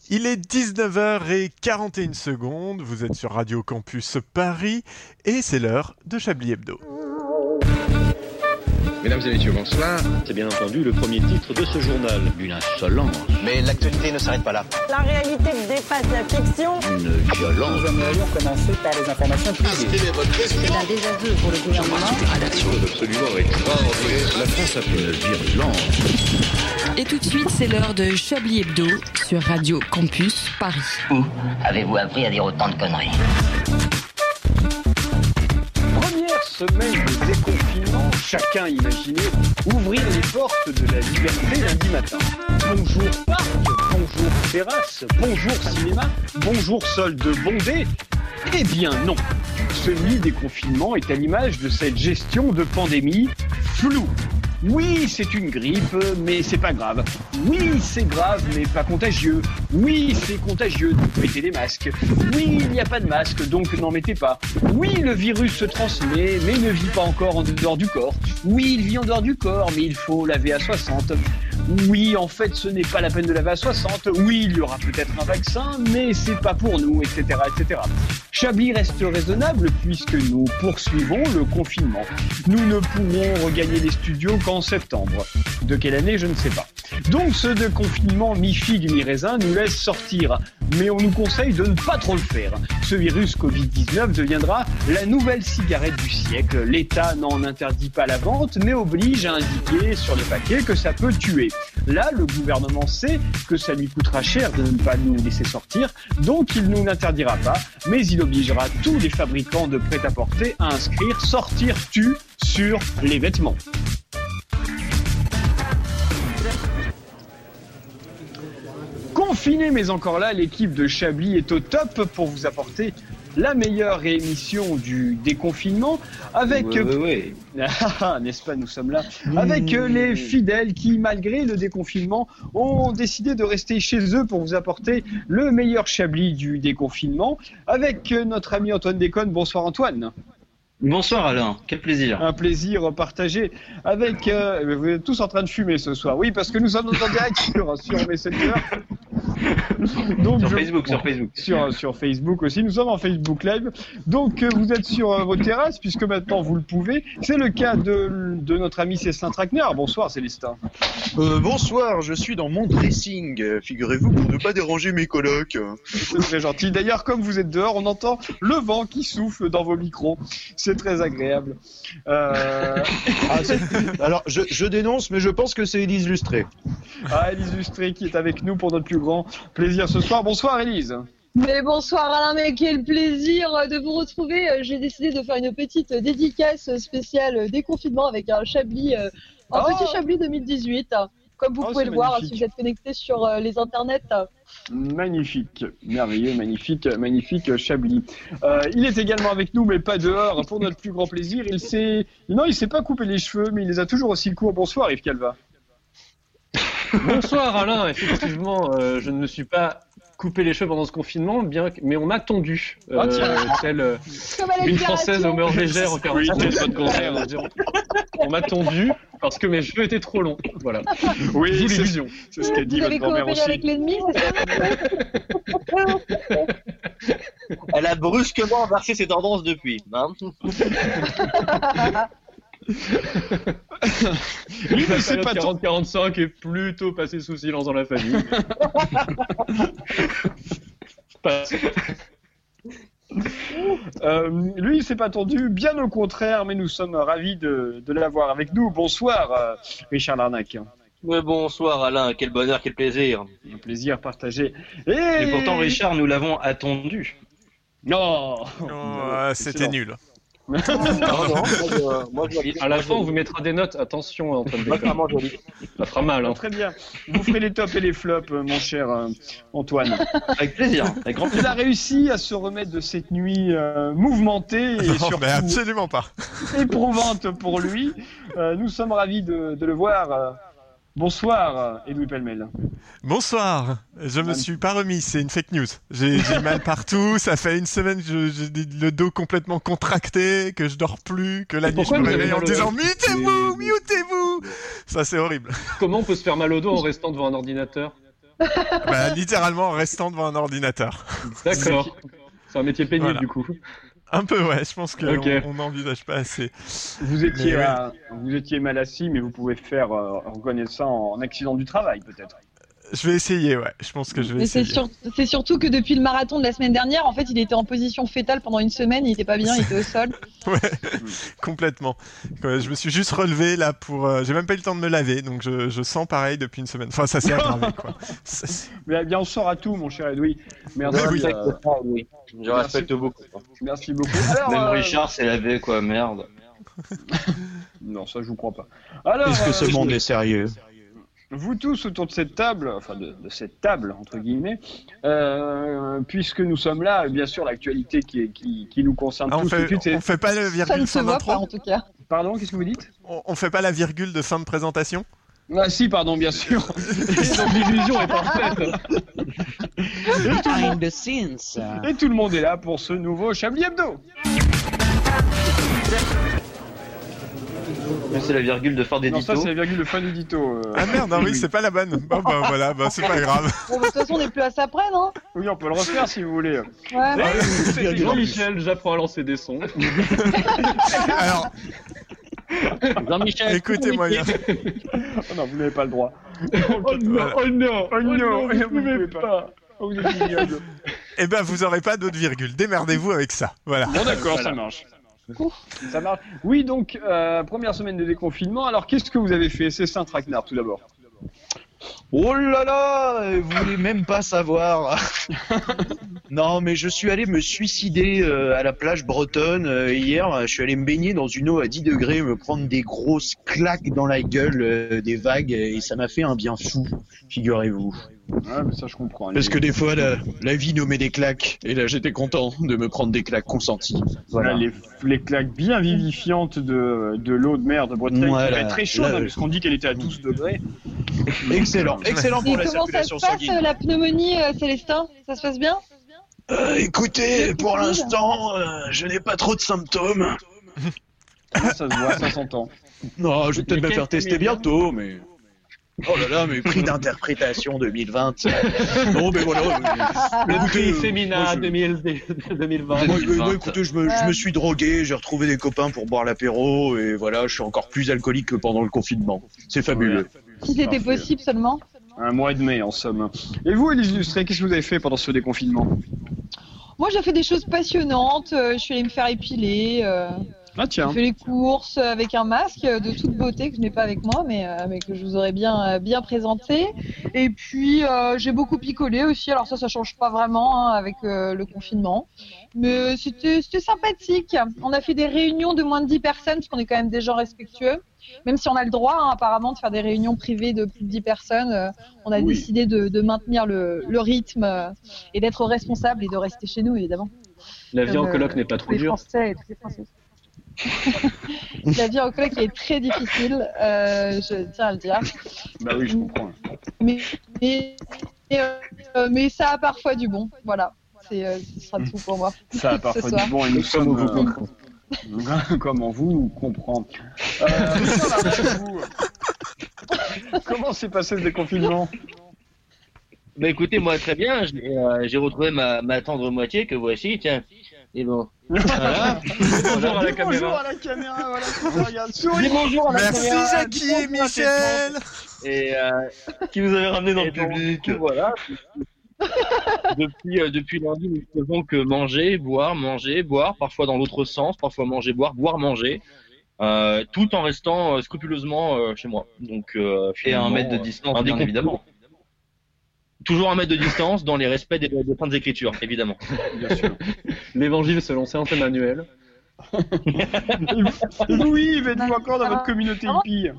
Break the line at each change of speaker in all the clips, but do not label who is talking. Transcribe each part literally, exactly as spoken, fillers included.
Il est dix-neuf heures quarante et une secondes, vous êtes sur Radio Campus Paris et c'est l'heure de Chablis Hebdo.
Mesdames et messieurs, bonsoir.
C'est bien entendu le premier titre de ce journal. Une insolence.
Mais l'actualité ne s'arrête pas là.
La réalité dépasse la fiction.
Une violence.
Nous aimerions commencer par les informations privées.
C'est un désaveu pour le gouvernement.
Une rédaction absolument extraordinaire. La France a fait une virulence.
Et tout de suite, c'est l'heure de Chablis Hebdo sur Radio Campus Paris.
Où avez-vous appris à dire autant de conneries ?
Première semaine de déconfinement, chacun imaginait ouvrir les portes de la liberté lundi matin. Bonjour parc, bonjour terrasse, bonjour cinéma, bonjour solde bondé. Eh bien non, ce mi-déconfinement est à l'image de cette gestion de pandémie floue. Oui, c'est une grippe, mais c'est pas grave. Oui, c'est grave, mais pas contagieux. Oui, c'est contagieux, donc mettez des masques. Oui, il n'y a pas de masque, donc n'en mettez pas. Oui, le virus se transmet, mais ne vit pas encore en dehors du corps. Oui, il vit en dehors du corps, mais il faut laver à soixante. Oui, en fait, ce n'est pas la peine de laver à soixante. Oui, il y aura peut-être un vaccin, mais c'est pas pour nous, et cetera, et cetera. Chablis reste raisonnable puisque nous poursuivons le confinement. Nous ne pourrons regagner les studios qu'en septembre. De quelle année, je ne sais pas. Donc ce déconfinement mi-figue, mi-raisin nous laisse sortir. Mais on nous conseille de ne pas trop le faire. Ce virus covid dix-neuf deviendra la nouvelle cigarette du siècle. L'État n'en interdit pas la vente, mais oblige à indiquer sur les paquets que ça peut tuer. Là, le gouvernement sait que ça lui coûtera cher de ne pas nous laisser sortir, donc il ne nous l'interdira pas, mais il obligera tous les fabricants de prêt-à-porter à inscrire « Sortir tue » sur les vêtements. Confiné, mais encore là, l'équipe de Chablis est au top pour vous apporter la meilleure réémission du déconfinement avec,
oui, oui, oui.
n'est-ce pas, nous sommes là, avec mmh. les fidèles qui, malgré le déconfinement, ont décidé de rester chez eux pour vous apporter le meilleur Chablis du déconfinement avec notre ami Antoine Déconne. Bonsoir Antoine.
Bonsoir Alain, quel plaisir.
Un plaisir partagé avec... Euh, vous êtes tous en train de fumer ce soir. Oui, parce que nous sommes en direct sur, sur Messenger. Donc,
sur
je,
Facebook, sur Facebook.
Sur, sur Facebook aussi, nous sommes en Facebook Live. Donc euh, vous êtes sur euh, vos terrasses, puisque maintenant vous le pouvez. C'est le cas de, de notre ami Célestin Traquenard. Bonsoir Célestin.
Euh, bonsoir, je suis dans mon dressing, euh, figurez-vous, pour ne pas déranger mes colocs.
C'est très gentil. D'ailleurs, comme vous êtes dehors, on entend le vent qui souffle dans vos micros. C'est très agréable. Euh...
Ah, alors, je, je dénonce, mais je pense que c'est Élise Lustré.
Ah, Élise Lustré qui est avec nous pour notre plus grand plaisir ce soir. Bonsoir Élise.
Mais bonsoir Alain, mais quel plaisir de vous retrouver. J'ai décidé de faire une petite dédicace spéciale déconfinement avec un Chablis, un oh petit Chablis deux mille dix-huit. Comme vous oh, pouvez le voir magnifique. Si vous êtes connecté sur les internets.
Magnifique, merveilleux, magnifique, magnifique Chablis. Euh, il est également avec nous, mais pas dehors, pour notre plus grand plaisir. Il s'est, non, il s'est pas coupé les cheveux, mais il les a toujours aussi courts. Bonsoir Yves Calva.
Bonsoir Alain, effectivement, euh, je ne me suis pas coupé les cheveux pendant ce confinement, bien que, mais on m'a tondu, euh, oh, telle euh, une Française aux mœurs légères en quarante oui, on m'a tondu parce que mes cheveux étaient trop longs. Voilà.
Oui, c'est l'illusion.
C'est ce qu'a dit votre grand-mère aussi. Vous avez coopéré avec l'ennemi, c'est
ça? Elle a brusquement inversé ses tendances depuis. Hein.
Oui, mais c'est pas quarante quarante-cinq est plutôt passé sous silence dans la famille.
euh, lui, il s'est pas tendu, bien au contraire, mais nous sommes ravis de, de l'avoir avec nous. Bonsoir, euh, Richard Larnac.
Oui, bonsoir Alain, quel bonheur, quel plaisir.
Un plaisir partagé.
Et, Et pourtant, Richard, nous l'avons attendu.
Non,
oh, euh, c'était nul.
non, non, moi, je, moi,
je à la fin, on vous mettra des notes. Attention, Antoine Déconne. Ça fera mal. Hein.
Très bien. Vous ferez les tops et les flops, mon cher euh, Antoine.
Avec plaisir. Avec grand plaisir.
Il a réussi à se remettre de cette nuit euh, mouvementée et
non,
surtout
mais absolument pas.
éprouvante pour lui. Euh, nous sommes ravis de, de le voir. Euh, Bonsoir, Edoui Pellemel.
Bonsoir. Je me suis pas remis, c'est une fake news. J'ai, j'ai mal partout, ça fait une semaine que je, j'ai le dos complètement contracté, que je dors plus, que la nuit je me réveille en disant « Mutez-vous, mutez-vous !» Ça, c'est horrible.
Comment on peut se faire mal au dos en restant devant un ordinateur ?
Bah, littéralement en restant devant un ordinateur.
D'accord. C'est un métier pénible
Voilà.
du coup.
Un peu, ouais, je pense qu'on
Ok.
on n'envisage pas assez.
Vous étiez,
Mais,
à- vous étiez mal assis, mais vous pouvez faire euh, reconnaître ça en accident du travail, peut-être.
Je vais essayer, ouais. Je pense que je vais
Mais c'est
essayer.
sur- c'est surtout que depuis le marathon de la semaine dernière, en fait, il était en position fétale pendant une semaine, il était pas bien, il était au sol.
Ouais, complètement. Ouais, je me suis juste relevé là pour. euh, J'ai même pas eu le temps de me laver, donc je, je sens pareil depuis une semaine. Enfin, ça s'est aggravé, quoi. Ça, c'est-
Mais bien, on sort à tout, mon cher Edoui. Merci.
Oui, oui.
euh,
oui. Je
Merci.
respecte beaucoup.
Merci beaucoup. Alors,
Même
euh,
Richard s'est lavé, quoi, merde.
Non, ça, je vous crois pas. Alors,
Est-ce que ce
euh,
monde est sérieux?
vous tous autour de cette table, enfin de, de cette table entre guillemets, euh, puisque nous sommes là, bien sûr l'actualité qui, est- qui, qui nous concerne
Ah, on,
tous tout de
fait,
suite, c'est-
on fait pas le
Ça
virgule
ne se
fin
voit pas, en
d'intro
tout cas.
Pardon, qu'est-ce que vous dites?
on, on fait pas la virgule de fin de présentation?
Ah si, pardon, bien sûr.
L'illusion est parfaite.
Behind the scenes.
Et tout le monde est là pour ce nouveau Chablis Hebdo.
Mais c'est la virgule de fin
Non,
d'édito.
ça c'est la virgule de fin d'édito. euh.
Ah merde, non, oui, c'est pas la bonne. Bon, bah voilà, bah c'est pas grave.
Bon, bah, de toute façon, on n'est plus à ça près, non?
Oui, on peut le refaire si vous voulez.
Ouais.
Jean-Michel, j'apprends à lancer des sons.
Alors,
Jean-Michel,
écoutez-moi bien.
Oh non, vous n'avez pas le droit.
Oh non, oh non,
Oh non,
vous
vous
pouvez
pouvez pas. Oh, vous êtes ignoble.
Eh ben, vous aurez pas d'autre virgule. Démerdez-vous avec ça. Voilà.
Bon d'accord, ça marche. Ça marche. Oui, donc, euh, première semaine de déconfinement. Alors, qu'est-ce que vous avez fait? C'est saint Traquenard, tout d'abord.
Oh là là, vous voulez même pas savoir. Non, mais je suis allé me suicider euh, à la plage bretonne euh, hier. Je suis allé me baigner dans une eau à dix degrés, me prendre des grosses claques dans la gueule euh, des vagues, et ça m'a fait un bien fou, figurez-vous.
Ouais, mais ça, je comprends.
Parce que des fois, la, la vie nous met des claques, et là, j'étais content de me prendre des claques consenties.
Voilà,
Voilà.
les, les claques bien vivifiantes de, de l'eau de mer de Bretagne,
Voilà,
qui était très chaude,
là,
hein, puisqu'on dit qu'elle était à douze degrés.
Excellent, excellent
Et
pour la
comment ça se
circulation
passe,
sanguine.
euh, la pneumonie, euh, Célestin? Ça se passe bien?
Euh, écoutez, pour l'instant, euh, je n'ai pas trop de symptômes.
Ça se voit, ça s'entend.
Non, je vais peut-être
Mais
me faire
qu'est-ce
tester
que tu
bientôt, mais... Oh là là, mais prix d'interprétation deux mille vingt. Non, mais voilà.
Le
Écoutez,
prix
euh,
Femina
moi, je-
deux mille vingt.
Moi, moi, moi, écoutez, je me, je me suis drogué, j'ai retrouvé des copains pour boire l'apéro, et voilà, je suis encore plus alcoolique que pendant le confinement. C'est fabuleux.
Si c'était
Parfait.
possible seulement.
Un mois et demi, en somme. Et vous, Élise Lustré, qu'est-ce que vous avez fait pendant ce déconfinement?
Moi, j'ai fait des choses passionnantes. euh, Je suis allée me faire épiler. euh,
Ah tiens.
J'ai fait les courses avec un masque de toute beauté que je n'ai pas avec moi, mais, euh, mais que je vous aurais bien, euh, bien présenté. Et puis, euh, j'ai beaucoup picolé aussi. Alors ça, ça change pas vraiment hein, avec euh, le confinement. Mais c'était c'était sympathique. On a fait des réunions de moins de dix personnes, parce qu'on est quand même des gens respectueux. Même si on a le droit, hein, apparemment, de faire des réunions privées de plus de dix personnes, euh, on a
Oui.
décidé de, de maintenir le, le rythme euh, et d'être responsable et de rester chez nous, évidemment.
La vie en
Comme,
coloc
euh,
n'est pas
tous
trop
les
dure.
Français et toutes les Françaises. La vie en coloc est très difficile, euh, je tiens à le dire.
Bah oui, je comprends.
Mais, mais, euh, mais ça a parfois du bon, voilà. C'est, euh, ce sera tout pour moi.
Ça a
ce
parfois
soir.
du bon et nous sommes... euh, Comment vous comprend. Euh, Richard, avec vous, comment s'est passé ce déconfinement?
Bah écoutez, moi très bien, j'ai euh, j'ai retrouvé ma, ma tendre moitié que voici, tiens. Et bon. Voilà.
Bonjour à la
Dis bonjour
caméra.
à la caméra, voilà, je regarde. Souris.
Dis bonjour à la
Merci
caméra,
Jackie
dis
et
bonjour à tes
Michel.
tantes. Et euh, qui vous avez ramené dans
Et
le
donc,
public. Voilà. depuis, euh, depuis lundi, nous ne faisons que manger, boire, manger, boire, parfois dans l'autre sens, parfois manger, boire, boire, manger. Euh, tout en restant euh, scrupuleusement euh, chez moi. Donc, euh,
Et à un
finalement,
mètre de
euh,
distance,
un
bien
déconfinement.
évidemment.
Toujours un mètre de distance dans les respects des, des Saintes Écritures, évidemment.
Bien sûr.
L'évangile selon Saint Emmanuel.
Louis, êtes-vous encore dans votre communauté hippie?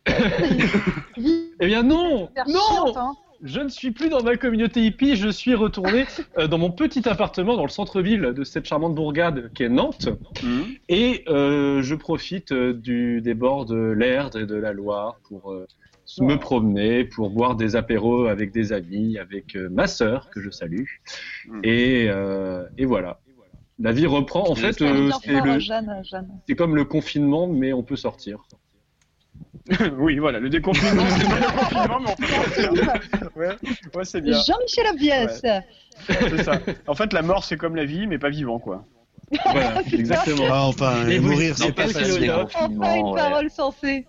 Eh bien non,
Super
non,
chiante, hein.
je ne suis plus dans ma communauté hippie, je suis retourné euh, dans mon petit appartement dans le centre-ville de cette charmante bourgade qui est Nantes,
Mmh.
et euh, je profite euh, du, des bords de l'Erdre et de la Loire pour euh,
Wow.
me promener, pour boire des apéros avec des amis, avec euh, ma sœur que je salue,
Mmh.
et, euh, et voilà. La vie reprend, en fait,
Elle est
euh,
bien
c'est
fort,
le,
Jeanne, Jeanne.
c'est comme le confinement, mais on peut sortir.
Oui, voilà, le déconfinement, c'est pas le confinement, mais on peut le faire. Ouais, ouais, c'est bien.
Jean-Michel Obvious.
Ouais. C'est ça. En fait, la mort, c'est comme la vie, mais pas vivant, quoi.
Voilà, exactement.
Ah, enfin,
Et
mourir,
vous-
c'est pas
quel
facile.
philosophe
Enfin une parole sensée.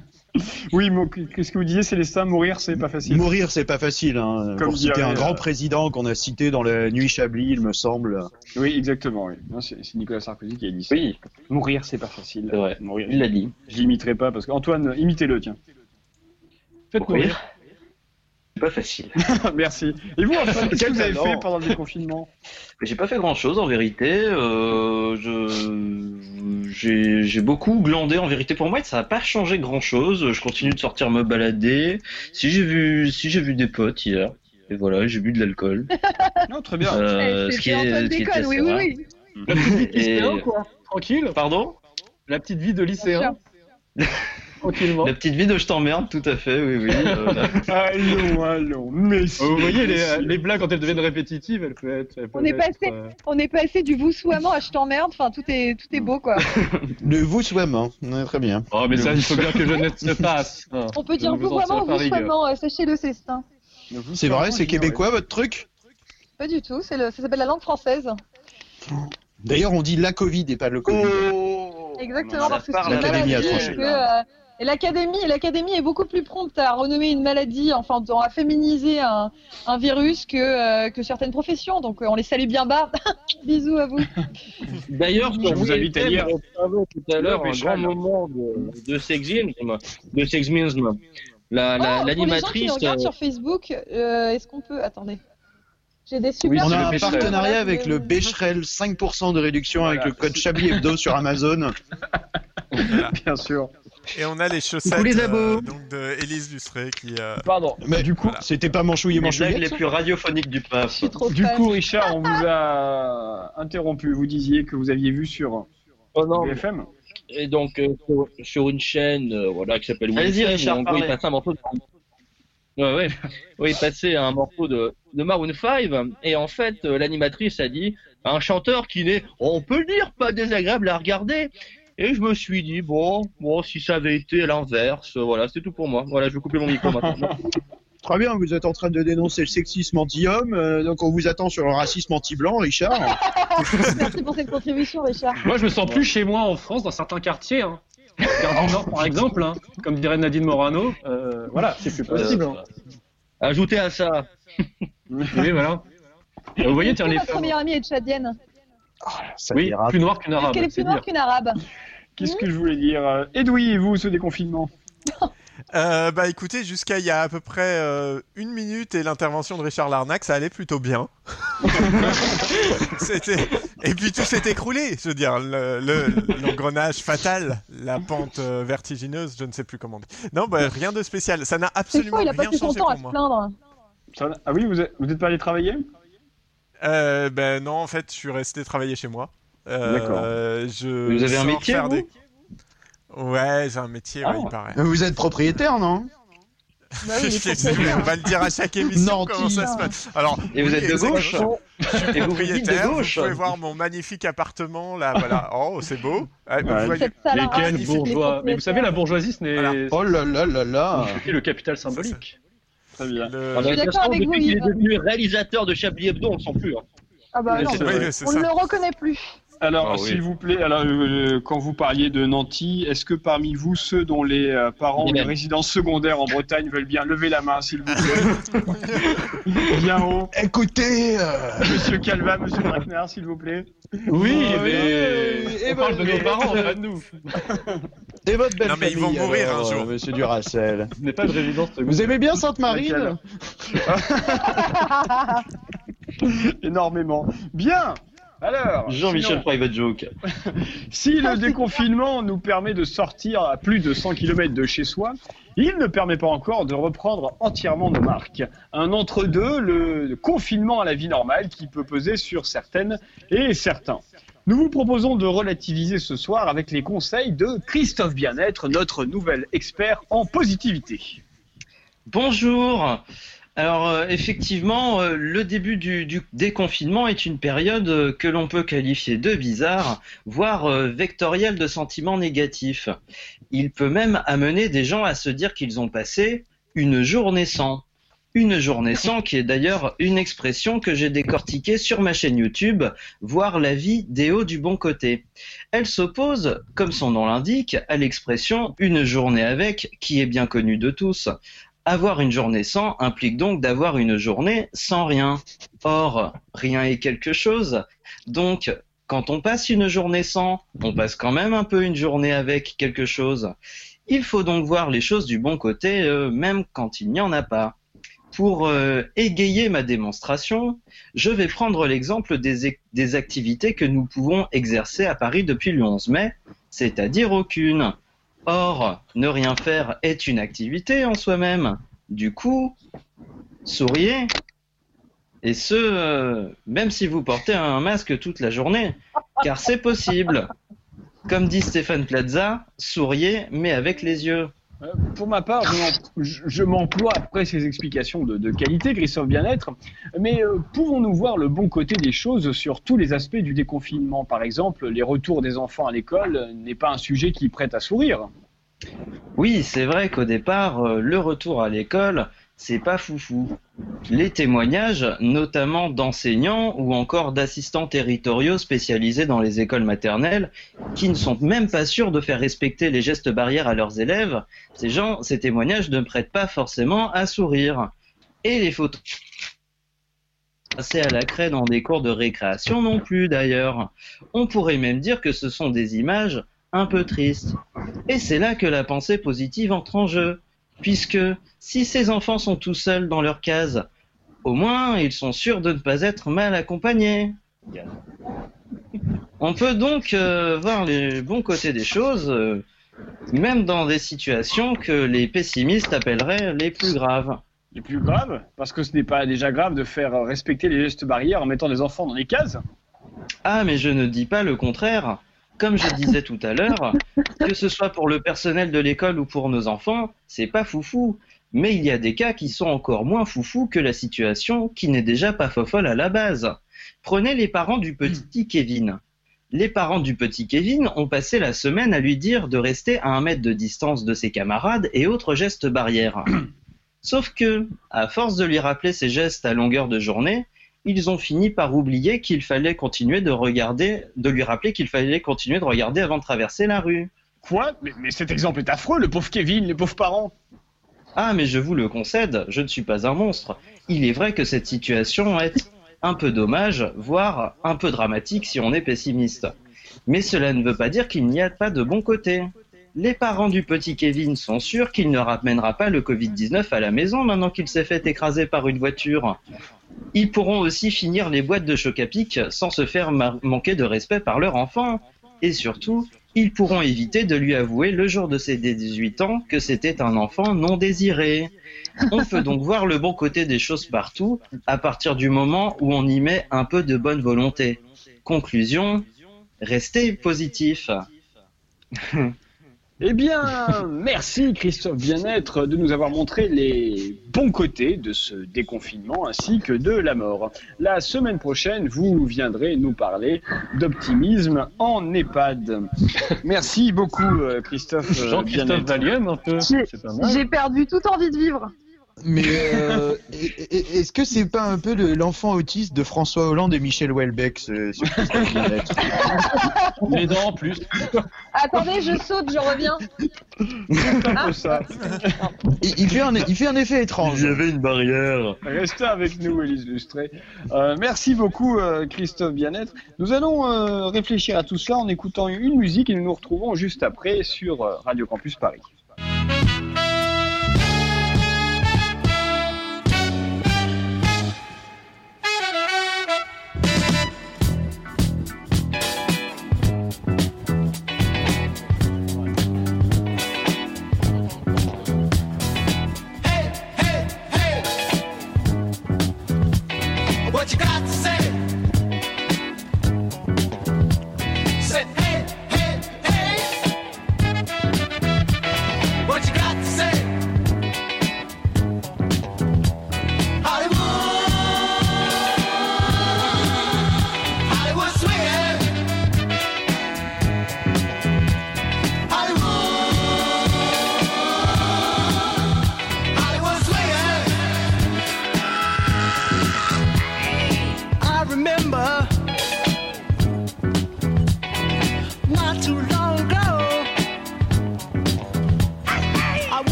Oui, mo- qu'est-ce que vous disiez, Célestin? Mourir, c'est pas facile.
Mourir, c'est pas facile. Hein.
Comme
Pour citer
dirait,
un grand
euh,
président qu'on a cité dans la Nuit Chablis, il me semble.
Oui, exactement, oui. Non, c'est c'est Nicolas Sarkozy qui a dit ça.
Oui,
Mourir, c'est pas facile.
c'est vrai.
Mourir.
Il l'a dit.
Je l'imiterai pas parce qu'Antoine, imitez-le, tiens.
Faites
Mourir,
mourir.
c'est pas facile.
Merci. Et vous, Antoine, qu'est-ce que vous avez
talent.
fait pendant le déconfinement?
J'ai pas fait grand chose en vérité. Euh, je j'ai j'ai beaucoup glandé en vérité. Pour moi, ça a pas changé grand chose. Je continue de sortir me balader. Si j'ai vu si j'ai vu des potes hier. Et voilà, j'ai bu de l'alcool.
Non, très bien.
Euh,
Eh,
ce qui
c'est Antoine
est, ce qui est
déconne,
assez
oui, oui,
rare.
oui.
La petite vie de
Et-
lycéen, quoi. Tranquille.
Pardon?
La petite vie de lycéen. Tranquillement.
La petite vie de je t'emmerde, tout à fait, oui, oui. euh,
Allons, allons, messieurs.
Vous voyez, les, les blagues, quand elles deviennent répétitives, elles peuvent être. elles
On
peuvent
est
être,
passé,
euh,
on est passé du voussouament à je t'emmerde. Enfin, tout est, tout est beau, quoi.
Le vous swim, hein. Ouais, très bien.
Oh, mais ça, il faut bien que jeunesse se passe. hein.
On peut dire
Ne vous en
vouvoiement ou
tirez pas rigueur.
voussouement. euh, Sachez-le, c'est ça.
C'est vrai, c'est québécois votre truc?
Pas du tout. C'est le, ça s'appelle la langue française.
D'ailleurs, on dit la Covid et pas le Covid.
Exactement,
ça
parce que
parle
c'est une
l'Académie
maladie
a
et
tranché.
que, euh, et l'académie, l'académie est beaucoup plus prompte à renommer une maladie, enfin, à féminiser un, un virus que, euh, que certaines professions. Donc, euh, on les salue bien bas. Bisous à vous.
D'ailleurs,
Je vous invite à lire
tout à l'heure
Le
un
Péchal.
grand moment de, de sexisme, de sexisme. La, la,
Oh, pour les gens qui
l'animatrice.
nous regardent
euh,
sur Facebook, euh, est-ce qu'on peut... Attendez. J'ai des super...
On
c'est
a
le
un
Becherel.
partenariat avec le Becherel, cinq pour cent de réduction
Voilà.
avec le code Chablis Hebdo sur Amazon.
Bien sûr.
Et on a les chaussettes
les
euh,
abos.
donc de Élise Lustré qui. euh,
Pardon.
Mais
du coup,
voilà.
C'était pas Manchouille et
les blagues
Manchouillette
les plus radiophoniques du
Je
paf.
suis trop
du
fan.
coup, Richard, on vous a interrompu. Vous disiez que vous aviez vu sur
Oh non,
B F M.
et donc euh, sur, sur une chaîne euh, voilà, qui s'appelle
Allez-y,
Winfrey,
Richard,
où en gros il
parlez.
passait un morceau de... Ouais, ouais. Oui, il passait un morceau de, de Maroon cinq et en fait euh, l'animatrice a dit un chanteur qui n'est, on peut le dire, pas désagréable à regarder. Et je me suis dit bon, bon si ça avait été l'inverse, euh, voilà, c'est tout pour moi. Voilà, je vais couper mon micro maintenant.
Très bien, vous êtes en train de dénoncer le sexisme anti-homme, euh, donc on vous attend sur le racisme anti-blanc, Richard.
Merci pour cette contribution, Richard.
Moi, je me sens plus chez moi en France, dans certains quartiers. Hein. Gare du Nord, par exemple, hein. Comme dirait Nadine Morano. Euh, voilà, c'est plus possible. Hein.
Ajoutez à ça.
Oui, voilà. Et vous voyez, tiens, les
Ma
femmes.
première amie est tchadienne.
Ça
Oui,
dérape.
plus noir qu'une
Est-ce
arabe.
qu'elle est
c'est
plus noire
dire.
qu'une arabe?
Qu'est-ce que je voulais dire euh, Edoui, et vous, ce déconfinement?
Euh, bah écoutez, jusqu'à il y a à peu près euh, une minute et l'intervention de Richard Larnac, ça allait plutôt bien. C'était... Et puis tout s'est écroulé, je veux dire, le, le- l'engrenage fatal, la pente euh, vertigineuse, je ne sais plus comment dire. Non, bah rien de spécial, ça n'a
C'est
absolument
faux, il a
rien
passé son
changé
temps
pour
à se
moi.
plaindre.
Ça- Ah oui, vous êtes, vous êtes pas allé travailler?
Euh, ben non, en fait, je suis resté travailler chez moi. Euh,
D'accord.
Je
Vous avez un
sors
métier,
faire
vous
des- Ouais, j'ai un métier, ouais,
Ah.
il paraît.
Vous êtes propriétaire, non?
Bah oui, il est
Je sais,
propriétaire.
on va le dire à chaque émission
Nanti.
comment ça se passe. Alors,
Et vous
oui,
êtes de gauche
exactement. Je suis
Et vous vous dites de
propriétaire, vous
gauche
pouvez voir mon magnifique appartement là, voilà. Oh, c'est beau. Ouais, vous
Ouais.
voyez-
Cette salle à
Lesquels
race, les
bourgeois Mais vous savez, la bourgeoisie, ce n'est
Voilà.
Oh là là là là.
c'est le capital symbolique.
Très bien.
le-
Ah,
suis
de toute
d'accord
façon,
avec
depuis
vous,
qu'il est
Yves.
devenu réalisateur de Chablis Hebdo, on ne sent plus. Hein.
Ah bah
Oui,
non,
c'est
Oui,
vrai.
c'est
on
ça.
ne le reconnaît plus.
Alors,
Ah oui.
s'il vous plaît, alors, euh, quand vous parliez de Nanty, est-ce que parmi vous, ceux dont les euh, parents ont
Les
une
mêmes.
résidence secondaire en Bretagne veulent bien lever la main, s'il vous plaît? Bien haut.
Écoutez, euh,
Monsieur Calva, Monsieur Brackner, s'il vous plaît.
Oui,
Oh,
mais
oui,
on
et
parle de
ben,
nos parents, pas de nous.
et votre belle
Non, mais ils vont
famille,
mourir
alors,
un jour.
euh, Monsieur Duracell.
Ce n'est pas de résidence.
Vous aimez bien Sainte-Marine?
Énormément. Bien. Alors,
Jean-Michel
sinon,
Private Joke.
si le déconfinement nous permet de sortir à plus de cent kilomètres de chez soi, il ne permet pas encore de reprendre entièrement nos marques. Un entre-deux, le confinement à la vie normale qui peut peser sur certaines et certains. Nous vous proposons de relativiser ce soir avec les conseils de Christophe Bien-être, notre nouvel expert en positivité.
Bonjour. Alors euh, effectivement, euh, le début du, du déconfinement est une période euh, que l'on peut qualifier de bizarre, voire euh, vectorielle de sentiments négatifs. Il peut même amener des gens à se dire qu'ils ont passé une journée sans. Une journée sans, qui est d'ailleurs une expression que j'ai décortiquée sur ma chaîne YouTube, voir la vie des hauts du bon côté. Elle s'oppose, comme son nom l'indique, à l'expression une journée avec, qui est bien connue de tous. Avoir une journée sans implique donc d'avoir une journée sans rien. Or, rien est quelque chose. Donc, quand on passe une journée sans, on passe quand même un peu une journée avec quelque chose. Il faut donc voir les choses du bon côté, euh, même quand il n'y en a pas. Pour euh, égayer ma démonstration, je vais prendre l'exemple des, des activités que nous pouvons exercer à Paris depuis le onze mai, c'est-à-dire aucune. Or, ne rien faire est une activité en soi-même. Du coup, souriez. Et ce, euh, même si vous portez un masque toute la journée, car c'est possible. Comme dit Stéphane Plaza, souriez, mais avec les yeux.
Euh, pour ma part, je, je m'emploie après ces explications de, de qualité, Christophe Bien-être, mais euh, pouvons-nous voir le bon côté des choses sur tous les aspects du déconfinement? Par exemple, les retours des enfants à l'école n'est pas un sujet qui prête à sourire.
Oui, c'est vrai qu'au départ, euh, le retour à l'école, c'est pas foufou. Les témoignages, notamment d'enseignants ou encore d'assistants territoriaux spécialisés dans les écoles maternelles, qui ne sont même pas sûrs de faire respecter les gestes barrières à leurs élèves, ces gens, ces témoignages ne prêtent pas forcément à sourire. Et les photos passées à la craie dans des cours de récréation non plus d'ailleurs. On pourrait même dire que ce sont des images un peu tristes. Et c'est là que la pensée positive entre en jeu. Puisque si ces enfants sont tout seuls dans leur case, au moins ils sont sûrs de ne pas être mal accompagnés. On peut donc euh, voir les bons côtés des choses, euh, même dans des situations que les pessimistes appelleraient les plus graves.
Les plus graves? Parce que ce n'est pas déjà grave de faire respecter les gestes barrières en mettant des enfants dans les cases?
Ah, mais je ne dis pas le contraire. Comme je disais tout à l'heure, que ce soit pour le personnel de l'école ou pour nos enfants, c'est pas foufou. Mais il y a des cas qui sont encore moins foufous que la situation qui n'est déjà pas fofolle à la base. Prenez les parents du petit Kevin. Les parents du petit Kevin ont passé la semaine à lui dire de rester à un mètre de distance de ses camarades et autres gestes barrières. Sauf que, à force de lui rappeler ces gestes à longueur de journée, ils ont fini par oublier qu'il fallait continuer de regarder, de lui rappeler qu'il fallait continuer de regarder avant de traverser la rue.
Quoi? mais, mais cet exemple est affreux, le pauvre Kevin, les pauvres parents.
Ah, mais je vous le concède, je ne suis pas un monstre. Il est vrai que cette situation est un peu dommage, voire un peu dramatique si on est pessimiste. Mais cela ne veut pas dire qu'il n'y a pas de bon côté. Les parents du petit Kevin sont sûrs qu'il ne ramènera pas le covid dix-neuf à la maison maintenant qu'il s'est fait écraser par une voiture. Ils pourront aussi finir les boîtes de choc à pic sans se faire mar- manquer de respect par leur enfant. Et surtout, ils pourront éviter de lui avouer le jour de ses dix-huit ans que c'était un enfant non désiré. On peut donc voir le bon côté des choses partout à partir du moment où on y met un peu de bonne volonté. Conclusion, restez positif.
Eh bien, merci Christophe Bien-être de nous avoir montré les bons côtés de ce déconfinement ainsi que de la mort. La semaine prochaine, vous viendrez nous parler d'optimisme en EHPAD. Merci beaucoup Christophe
Jean-Christophe Valium un peu,
j'ai,
c'est pas mal.
J'ai perdu toute envie de vivre.
Mais euh, est-ce que c'est pas un peu le, l'enfant autiste de François Hollande et Michel Houellebecq ce, ce
Les dents en plus.
Attendez, je saute, je reviens.
C'est un peu ça.
il, il, fait un, il fait un effet étrange.
Il y avait une barrière.
Restez avec nous, Élise Lustré. Euh, merci beaucoup, euh, Christophe Bien-être. Nous allons euh, réfléchir à tout cela en écoutant une musique et nous nous retrouvons juste après sur euh, Radio Campus Paris.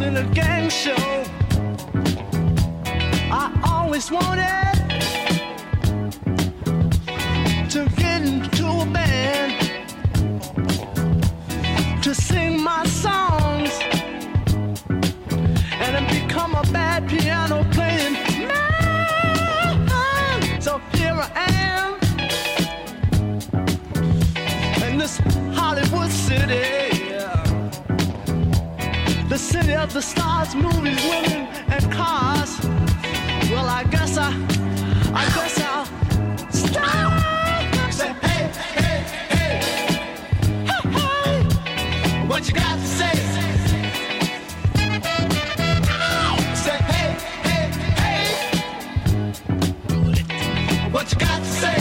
in a gang show. I always wanted to get into a band, to sing my songs, and then become a bad piano playing man. So here I am in this Hollywood city, the city of the stars, movies, women, and cars. Well, I guess I, I guess I'll stop. Say, hey, hey, hey, hey, hey, what you got to say? Say, hey, hey, hey, what you got to say?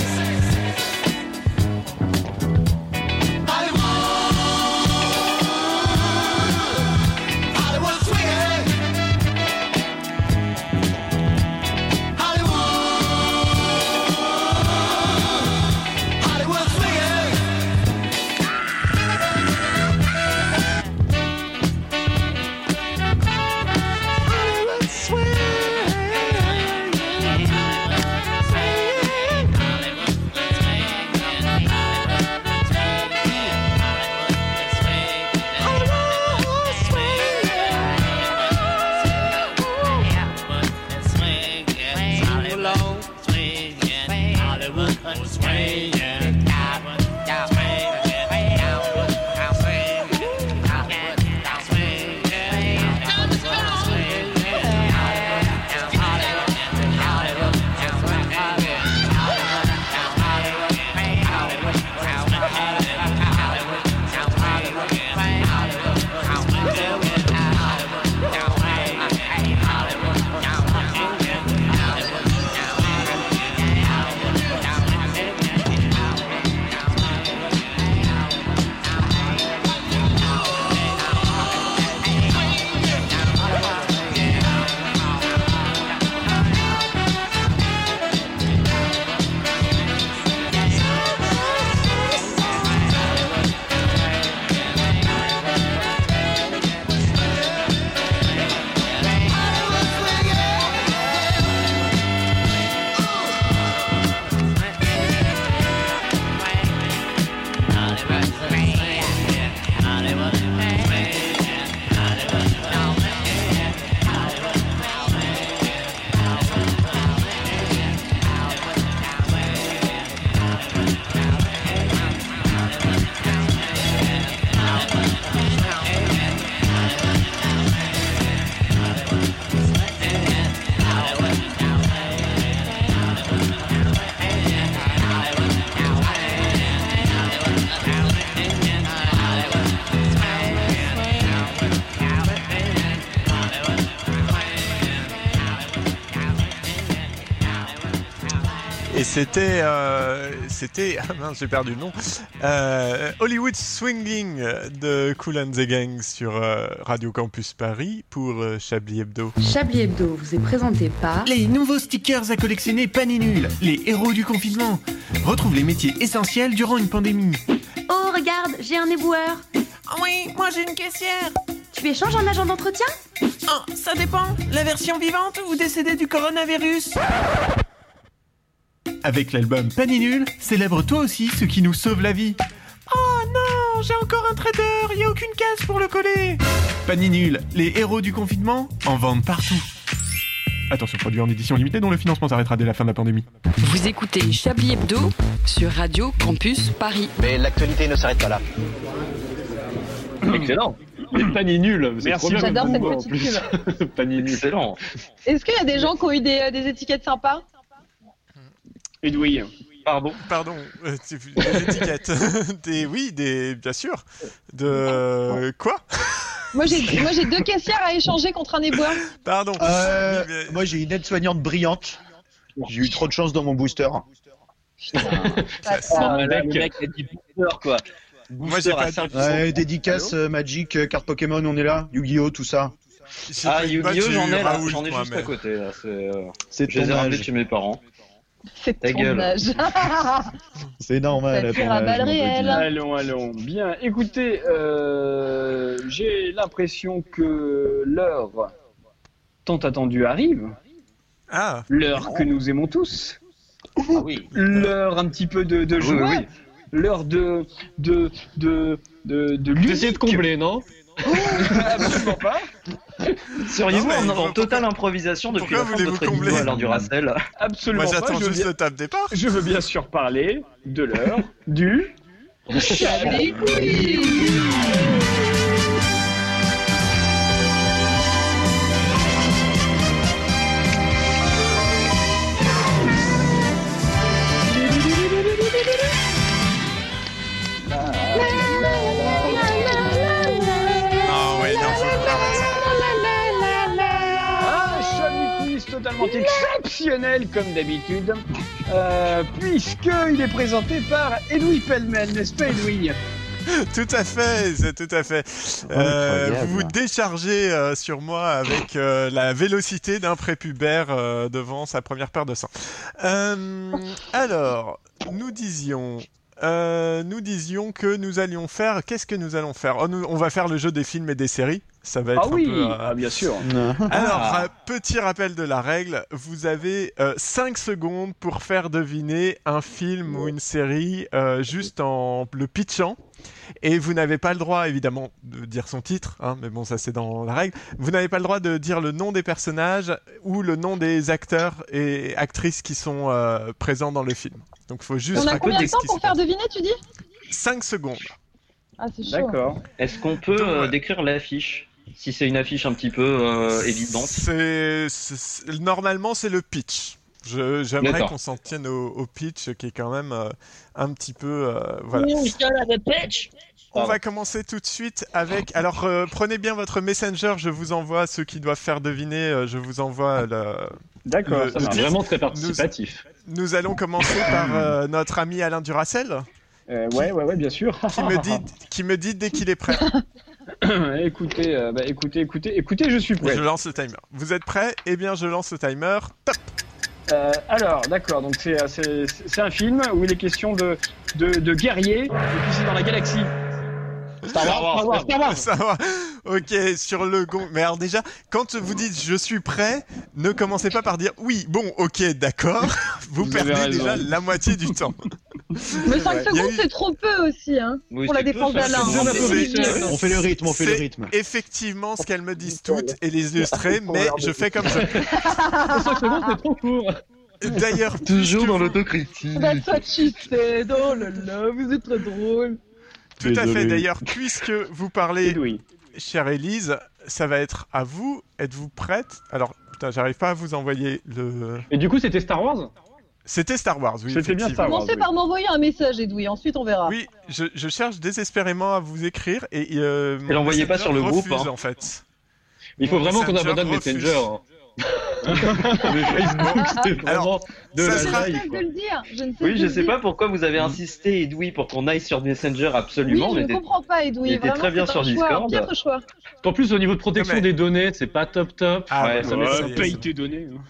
Et c'était, euh, c'était, ah mince, j'ai perdu le nom, euh, Hollywood Swinging de Kool and the Gang sur euh, Radio Campus Paris pour euh, Chablis Hebdo.
Chablis Hebdo vous est présenté par
les nouveaux stickers à collectionner Paninul, les héros du confinement. Retrouve les métiers essentiels durant une pandémie.
Oh, regarde, j'ai un éboueur.
Oui, moi j'ai une caissière.
Tu échanges en agent d'entretien?
Oh, ça dépend. La version vivante ou décédée du coronavirus?
Avec l'album Paninul, célèbre toi aussi ce qui nous sauve la vie.
Oh non, j'ai encore un trader, y a aucune case pour le coller.
Paninul, les héros du confinement, en vente partout. Attention, produit en édition limitée dont le financement s'arrêtera dès la fin de la pandémie.
Vous écoutez Chablis Hebdo sur Radio Campus Paris.
Mais l'actualité ne s'arrête pas là.
Excellent.
Les Paninul, c'est
Merci.
trop bien.
J'adore cette
goût,
petite
en plus. Paninul.
Excellent.
Est-ce qu'il y a des gens qui ont eu des, euh, des étiquettes sympas?
Edoui.
Pardon, pardon, euh, des étiquettes. des, oui, des, bien sûr. De quoi?
Moi j'ai, moi j'ai deux caissières à échanger contre un éboueur.
Pardon.
Euh, mais... Moi j'ai une aide-soignante brillante. J'ai eu trop de chance dans mon booster.
Putain.
Ah, le mec a dit booster quoi.
Moi j'ai pas
de... ouais, dédicace, euh, Magic, euh, carte Pokémon, on est là. Yu-Gi-Oh, tout ça.
Ah, Yu-Gi-Oh, j'en ai là, j'en ai juste à côté là. C'est, euh,
c'est
je les ai ramenés chez mes parents.
C'est
Ta
ton
gueule.
âge.
C'est normal.
Ça
à
tire
ton
à
âge,
balles
mon petit.
réelles.
Allons, allons. Bien, écoutez, euh, j'ai l'impression que l'heure tant attendue arrive.
Ah.
L'heure que nous aimons tous.
Ah oui.
L'heure un petit peu de, de
Oui,
joie.
oui, oui.
L'heure de de de de de ludique.
D'essayer de combler, non?
Absolument pas.
Seriez-vous
Non, mais
en, en
faut-
totale improvisation depuis
pourquoi
la fin de
voulez-vous
votre
combler
émission à l'heure du Racel?
Absolument
Moi
pas.
j'attends
Je veux
juste
bien-
le tape départ.
Je veux bien sûr parler de l'heure du
Chablis
Ah ouais, non, faut pas arrêter.
Un Chablis Quiz totalement exceptionnel comme d'habitude, euh, puisqu'il est présenté par Edoui Pellemel, n'est-ce pas Edoui?
Tout à fait, c'est tout à fait. Euh,
Incroyable.
vous vous déchargez euh, sur moi avec euh, la vélocité d'un prépubère euh, devant sa première paire de seins. Euh, alors, nous disions, euh, nous disions que nous allions faire. Qu'est-ce que nous allons faire? Oh, nous, on va faire le jeu des films et des séries. Ça va être
Ah
un
oui,
peu. euh,
ah, bien sûr.
Alors,
Ah.
euh, petit rappel de la règle, vous avez euh, cinq secondes pour faire deviner un film ou une série euh, juste en le pitchant. Et vous n'avez pas le droit, évidemment, de dire son titre, hein, mais bon, ça c'est dans la règle. Vous n'avez pas le droit de dire le nom des personnages ou le nom des acteurs et actrices qui sont euh, présents dans le film. Donc il faut juste
On a
raconter
combien de
ce
temps
qui
pour
se
faire
passe.
deviner, tu dis?
cinq secondes.
Ah, c'est chaud.
D'accord.
Est-ce qu'on peut
Donc,
euh,
ouais.
décrire l'affiche? Si c'est une affiche un petit peu euh, évidente.
C'est, c'est- normalement, c'est le pitch. Je, j'aimerais
D'accord.
qu'on s'en tienne au, au pitch, qui est quand même euh, un petit peu, euh, voilà. On va commencer tout de suite avec. Alors, euh, prenez bien votre messenger. Je vous envoie ceux qui doivent faire deviner. euh, je vous envoie le.
D'accord,
le-
ça
le
marche.
titre.
Vraiment très participatif.
Nous, nous allons commencer par euh, notre ami Alain Duracell,
Euh, ouais, ouais, ouais, bien sûr.
qui me dit, qui me dit dès qu'il est prêt.
écoutez, euh, bah, écoutez, écoutez, écoutez, je suis prêt.
Je lance le timer. Vous êtes prêts? Eh bien, je lance le timer. Top.
Euh, alors, d'accord, donc c'est, c'est, c'est un film où il est question de, de, de guerriers, et puis c'est dans la galaxie. Star Wars, Star Wars, Star Wars.
Ça va. Ok, sur le gong. Mais alors déjà, quand vous dites je suis prêt, ne commencez pas par dire oui, bon, ok, d'accord. Vous,
Vous
perdez
avez raison.
déjà la moitié du temps.
Mais cinq
Il y a
secondes,
eu-
c'est trop peu aussi, hein,
Oui,
pour la
c'est peu,
défense
ça,
d'Alain.
c'est
hein.
bien
C'est-
On fait le rythme, on fait le
C'est
rythme.
effectivement ce qu'elles me disent toutes et les illustrer, mais je fais comme je peux.
cinq secondes, c'est trop court.
D'ailleurs,
Toujours
puisque
dans
vous-
l'autocritique.
That's what she said. Oh là là, vous êtes trop drôle.
Tout à
Désolé.
fait. D'ailleurs, puisque vous parlez,
Edoui.
chère Élise, ça va être à vous. Êtes-vous prête? Alors, putain, j'arrive pas à vous envoyer le.
Et du coup, c'était Star Wars?
C'était Star Wars, oui.
C'était bien
effectivement.
Star Wars.
Commencez
oui.
par m'envoyer un message, Edoui, ensuite on verra.
Oui, je, je cherche désespérément à vous écrire et. Euh,
Et l'envoyez pas sur le groupe,
refuse,
hein.
en fait.
Il faut
Mon
vraiment qu'on
Messenger
abandonne
refuse.
Messenger. hein. Mais Facebook, c'est vraiment
Alors,
de
ça
la
sera-
live,
J'essaie
quoi.
de le dire. Je ne sais
Oui,
que
je
le
sais
dire.
pas pourquoi vous avez insisté, Edoui, pour qu'on aille sur Messenger
Oui,
absolument.
je
mais
ne
t'es-
comprends pas, Edoui.
il était
Vraiment,
très bien
c'est
sur
un choix,
Discord.
un piètre choix.
En plus, au niveau de protection
Ouais, mais-
des données, c'est pas top top.
Ah
Ouais,
ouais,
ça
ouais,
m'étonne.
ça y
Ouais,
est,
paye
c'est
tes données. hein.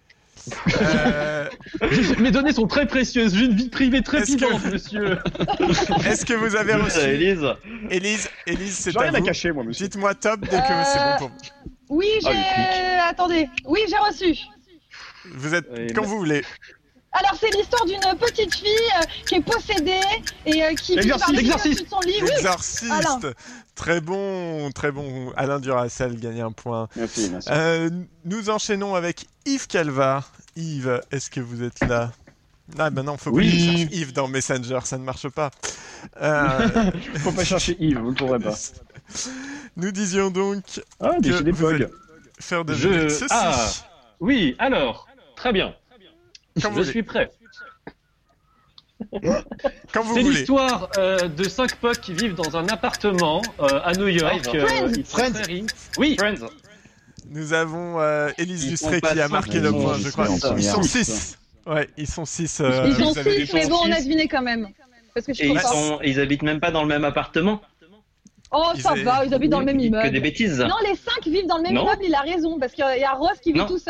Euh,
Mes données sont très précieuses. J'ai une vie privée très
Est-ce que-
vivante, monsieur.
Est-ce que vous avez
Ça,
reçu
Élise.
Élise, Élise, c'est
J'ai
à
rien à
vous.
cacher, moi, monsieur.
Dites-moi top dès que c'est bon pour vous.
Oui, j'ai.
Ah, le
Attendez. Oui, j'ai reçu.
Vous êtes
Et
quand
bah-
vous voulez.
Alors, c'est l'histoire d'une petite fille euh, qui est possédée et euh, qui vit par les
L'exorciste.
au-dessus de son lit. Oui,
L'exorciste.
Alain.
Très bon, très bon. Alain Duracell gagne un point.
Merci, merci.
Euh, nous enchaînons avec Yves Calva. Yves, est-ce que vous êtes là? Ah ben non, faut
Oui.
pas que je cherche Yves dans Messenger, ça ne marche pas. Euh,
Faut pas chercher Yves, vous ne trouverez pas.
nous disions donc
Ah, mais
que
c'est des
vous
bugs.
allez faire de
Je-
ceci.
Ah. Oui, alors, très bien.
Quand vous
Je
voulez.
suis prêt.
Quand vous
C'est
voulez.
l'histoire euh, de cinq potes qui vivent dans un appartement euh, à New York.
Friends.
euh, ils sont
Friends.
très riches. Oui,
Friends.
Nous avons euh, Élise
Ils
Lustré
sont
qui
pas
a marqué
cinq,
le
ils
point,
sont
je crois.
six,
Ils sont
six.
six. Ouais, ils sont six. euh,
Ils sont
vous avez des
six, mais
chances.
bon, on a
six.
deviné quand même. Parce que je
Et
suis
ils,
trop fort.
sont... ils habitent même pas dans le même appartement.
Oh, ça
Ils-
va, ils habitent dans le même
Que
immeuble.
des bêtises.
Non, les cinq vivent dans le même
Non.
immeuble, il a raison, parce qu'il y a Ross qui vit
Non.
tout seul.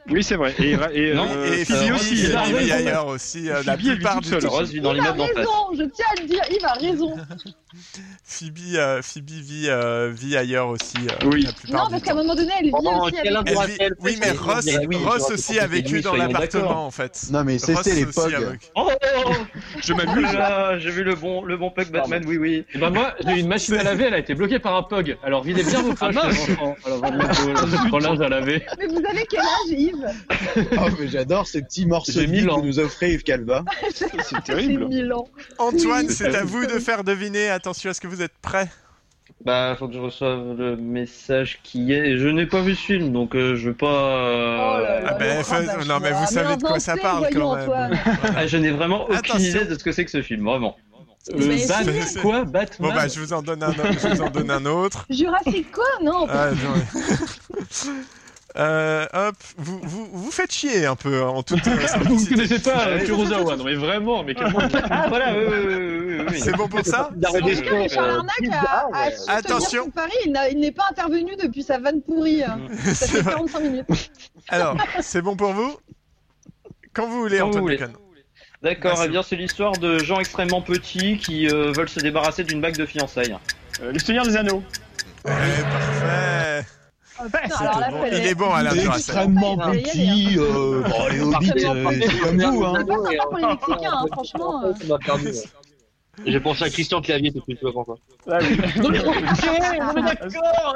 Oui, c'est vrai. Et, et,
Non,
euh,
et
Phoebe
Phoebe
aussi.
aussi,
elle
elle
vit
vit ailleurs aussi. euh, La
Phoebe, elle vit
plupart
toute
du
seule.
temps.
Rose vit dans
Il a
l'immeuble d'en face.
raison, je tiens à le dire, Yves a raison.
Phoebe, euh, Phoebe vit, euh, vit ailleurs aussi. euh,
Oui.
La plupart
Non,
du
parce qu'à un
temps.
moment donné, elle vit
Oh,
aussi
quel
avec...
Elle vit-
Duracell,
Oui, mais
c'est-
Ross,
oui, oui,
Ross
Duracell,
aussi a vécu
oui,
dans
soyons
l'appartement
d'accord.
en fait.
Non, mais c'était
Ross
les
aussi
Pog.
a vécu.
Oh, oh, oh.
Je
Oh
m'amuse.
là là, j'ai vu le bon, le bon Pug Batman, oui, oui.
Et ben moi, j'ai une machine à laver, elle a été bloquée par un Pog. Alors videz bien vos poches, les enfants. Alors avant de mettre vos- votre linge à laver.
Mais vous avez quel âge, Yves?
Oh, mais j'adore ces petits morceaux
J'ai
de vie
mille
que
ans.
nous offrait Yves Calva.
C'est terrible.
C'est mille ans.
Antoine,
Oui.
c'est à vous de faire deviner. Attention, est-ce que vous êtes prêts?
Bah, faut que je reçoive le message qui est. Je n'ai pas vu ce film, donc euh, je veux pas.
Oh là
euh,
là.
Ah ben,
le
fais-
rabat,
non mais
je
vous
vois.
savez
Mais
de quoi ça
avancez,
parle
voyons,
quand même.
Antoine.
Ah, je n'ai vraiment aucune
Attention.
idée de ce que c'est que ce film, vraiment.
Euh,
Mais
Bat,
c'est-
quoi Batman
Bon bah je vous en donne un, autre- je vous en donne un autre.
Jurassic quoi? Non.
Ah, non, mais- Euh, hop, vous, vous, vous faites chier un peu en toute euh,
Vous ne
simplicité.
connaissez pas euh, Kurosawa, non mais vraiment, mais quel monde.
Ah, voilà, oui, oui, oui, oui, oui, oui.
C'est bon pour ça?
En tout cas, Richard Larnac a, a su
Attention.
tenir son pari, il n'a- il n'est pas intervenu depuis sa vanne pourrie. hein. Ça
C'est
fait
vrai.
quarante-cinq minutes.
Alors, c'est bon pour vous? Quand vous voulez,
Quand vous
Antoine
voulez.
Bacon.
D'accord,
Ah,
eh bien c'est l'histoire de gens extrêmement petits qui euh, veulent se débarrasser d'une bague de fiançailles.
Euh, Le Seigneur des Anneaux.
Ouais, parfait.
Oh, putain, alors là,
Bon,
fallait-
il est bon à la
Il est
Duracell.
extrêmement
Il fallait y
petit. euh, Bon, les hobbits, euh, c'est comme vous, hein.
C'est pas sympa pour les Mexicains, hein, franchement. euh.
Ça m'a perdu. ouais. J'ai pensé à Christian Clavier, c'est plus tu vois pourquoi.
Ah oui.
Non mais on est d'accord.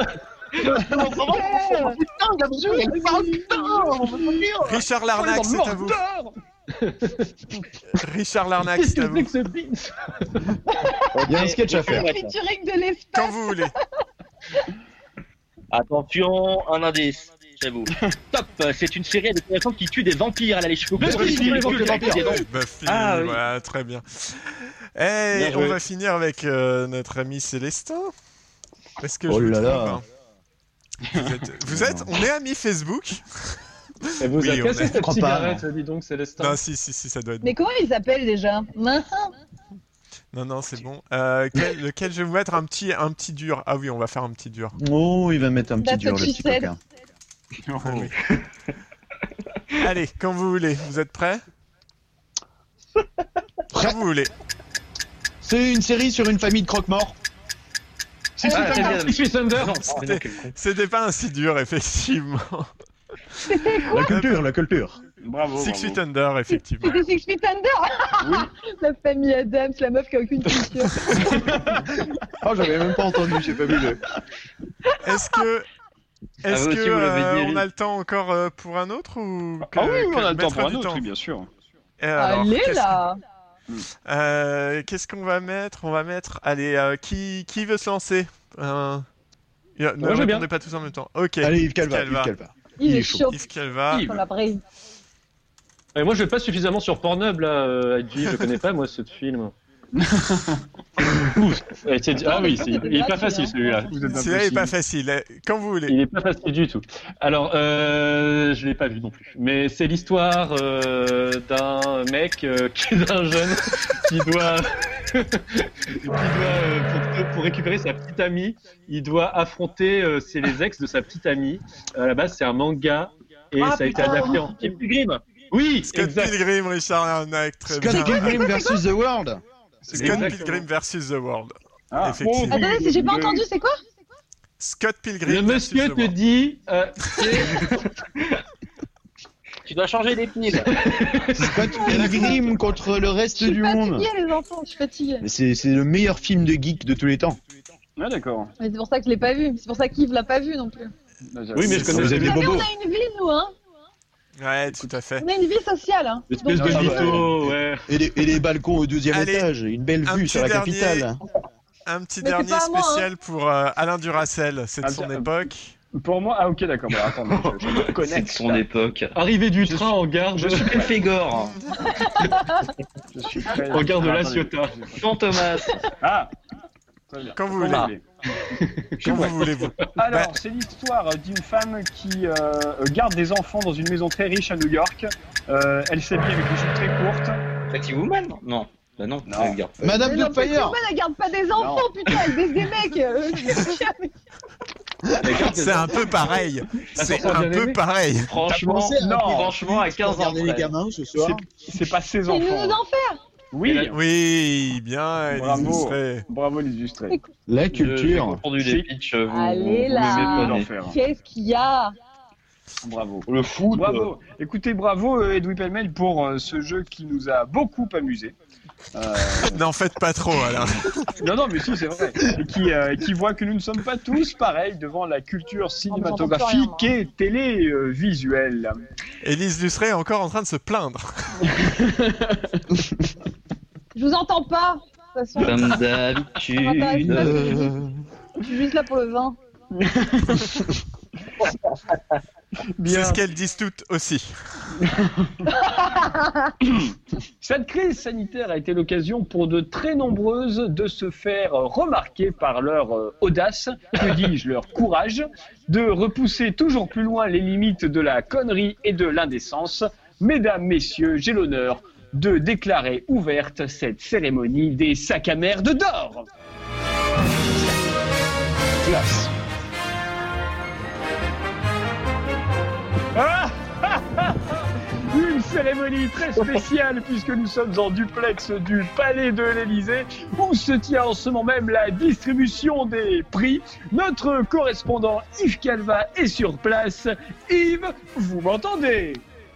Richard Larnac, c'est à vous. Richard Larnac, c'est à vous.
Il y a un sketch à faire.
Featuring de l'espace.
Quand vous voulez.
Attention, un indice. J'avoue. Top, c'est une série d'adolescents qui tue des vampires à la lèche.
Buffy, Buffy les vampires.
Buffy,
Ah, oui.
voilà, très bien. Et
Bien
on
joué.
va finir avec euh, notre ami Célestin. Est-ce que
Oh
je vous
là
trouve,
là.
hein Vous êtes, vous êtes, on est amis Facebook.
Elle vous
Oui,
a
on
cassé
est-
cette
crois pas,
cigarette, dis donc, Célestin.
Non, si, si, si, ça doit être.
Mais comment ils s'appellent déjà?
Non, non, c'est bon. Euh, quel- lequel je vais vous mettre un petit, un petit dur. Ah oui, on va faire un petit dur.
Oh, il va mettre un petit
That's
dur,
what
le
she
petit
said.
coquin.
Ah oui. Allez, quand vous voulez. Vous êtes prêts? Quand vous voulez.
C'est une série sur une famille de croque-morts.
Ah, très bien.
Six Feet Under.
Non, mais non, quel con.
C'était pas un si dur, effectivement.
La culture, la culture.
Bravo.
Six
bravo.
Feet Under, effectivement.
C'était Six Feet Under. La famille Adams, la meuf qui a aucune culture.
Oh, j'avais même pas entendu, j'ai pas vu le.
Est-ce que.
Ah,
Est-ce
vous
que
aussi, vous l'avez
euh,
dit,
on
Ali.
a le temps encore euh, pour un autre ou que-
Ah oui, oui,
que
on a le temps
mettre
pour un
du
autre,
temps
oui, bien sûr.
Et alors,
Allez
qu'est-ce-
là.
Euh, Qu'est-ce qu'on va mettre? On va mettre. Allez, euh, qui, qui veut se lancer? euh... Ne
Moi, je veux bien.
répondez pas tous en même temps. Ok.
Allez, Yves Calva,
Calva.
Yves Calva.
Il
est
est
chaud.
chaud
Yves Calva.
Yves.
pour la braise.
Et moi, je vais pas suffisamment sur Pornhub, là, euh, Adji, je connais pas, moi, ce film. Ouais, c'est- ah oui, c'est- il est pas facile, celui-là.
Vous êtes
Celui-là est pas
impossible.
facile. Quand vous voulez.
Il est pas facile du tout. Alors, euh, je l'ai pas vu non plus. Mais c'est l'histoire euh, d'un mec, euh, qui est un jeune, qui doit, qui doit euh, pour, pour récupérer sa petite amie, il doit affronter, euh, c'est les ex de sa petite amie. À la base, c'est un manga et
Ah,
ça a été
putain.
adapté en film. Pilgrim. Oui,
Scott
exact.
Pilgrim, Richard Larnac, très
Scott
bien.
Pilgrim versus The World.
Scott
Exactement.
Pilgrim versus The World.
Ah,
Effectivement.
Attendez, si j'ai pas entendu, c'est quoi?
Scott Pilgrim
Le
versus
monsieur
The
te
World.
dit, euh, c'est
Tu dois changer des piles.
Scott Pilgrim contre le reste
Je suis
du monde.
fatiguée, les enfants, je suis fatiguée.
Mais C'est c'est le meilleur film de geek de tous les temps.
Ah, d'accord.
Mais c'est pour ça que je l'ai pas vu. C'est pour ça qu'Yves l'a pas vu non plus.
Oui, mais je
Vous
connais.
avez des
Mais
bobos.
on a une vie, nous, hein.
Ouais, tout à fait.
On a une vie sociale, hein.
Espèce
Donc,
de
Ah, bah,
mytho, ouais.
Et les, et les balcons au deuxième
Allez,
étage, une belle
un
vue
petit
sur la
dernier.
capitale.
Un petit
Mais c'est
dernier
pas à moi,
spécial pour euh, Alain Duracell. C'est de
Ah,
son
tiens,
époque.
Pour moi, ah ok, d'accord. Bon, attendez, je, je me
C'est
connecte.
de son époque.
Arrivée du
Je
train
suis-
en gare
Je
de,
suis Belphégor.
Je suis prêt.
en gare de
Ah,
La
attendez.
Ciotat.
Jean Thomas.
Ah. Très bien.
Quand vous
Quand
voulez. Quand vous voulez, vous.
Alors,
Bah-
c'est l'histoire d'une femme qui euh, garde des enfants dans une maison très riche à New York. Euh, elle s'habille avec des jupes très courtes.
Pretty Woman? Non. Bah non,
Non.
je regarde.
Madame
Mais non,
Doubtfire.
Superman, elle garde pas des enfants, putain, elle baisse des mecs. euh,
C'est un peu pareil. C'est un peu pareil.
Franchement, non. Franchement, à quinze ans.
Les gamins ce soir.
C'est pas ses
C'est
enfants.
nous d'enfer.
Oui.
Oui, bien,
Bravo.
illustré.
Bravo les illustrés.
La
culture. J'ai entendu les pitchs. Vous,
Allez
vous
là.
m'aimez
Qu'est-ce qu'il y a?
Bravo.
Le foot.
Bravo. Écoutez, bravo euh, Edoui Pellemel pour euh, ce jeu qui nous a beaucoup amusé. Euh...
N'en faites pas trop, Alain.
non, non, mais si, c'est vrai. Et qui, euh, qui voit que nous ne sommes pas tous pareils devant la culture cinématographique
rien,
et télévisuelle.
Élise Lustré est encore en train de se plaindre.
Je vous entends pas. De toute façon.
Comme d'habitude.
Euh... Je suis juste là pour le vin.
C'est ce qu'elles disent toutes aussi.
Cette crise sanitaire a été l'occasion pour de très nombreuses de se faire remarquer par leur audace, que dis-je, leur courage, de repousser toujours plus loin les limites de la connerie et de l'indécence. Mesdames, messieurs, j'ai l'honneur de déclarer ouverte cette cérémonie des sacs à merde d'or. Classe. Ah Une cérémonie très spéciale puisque nous sommes en duplex du Palais de l'Élysée où se tient en ce moment même la distribution des prix. Notre correspondant Yves Calva est sur place. Yves, vous m'entendez ?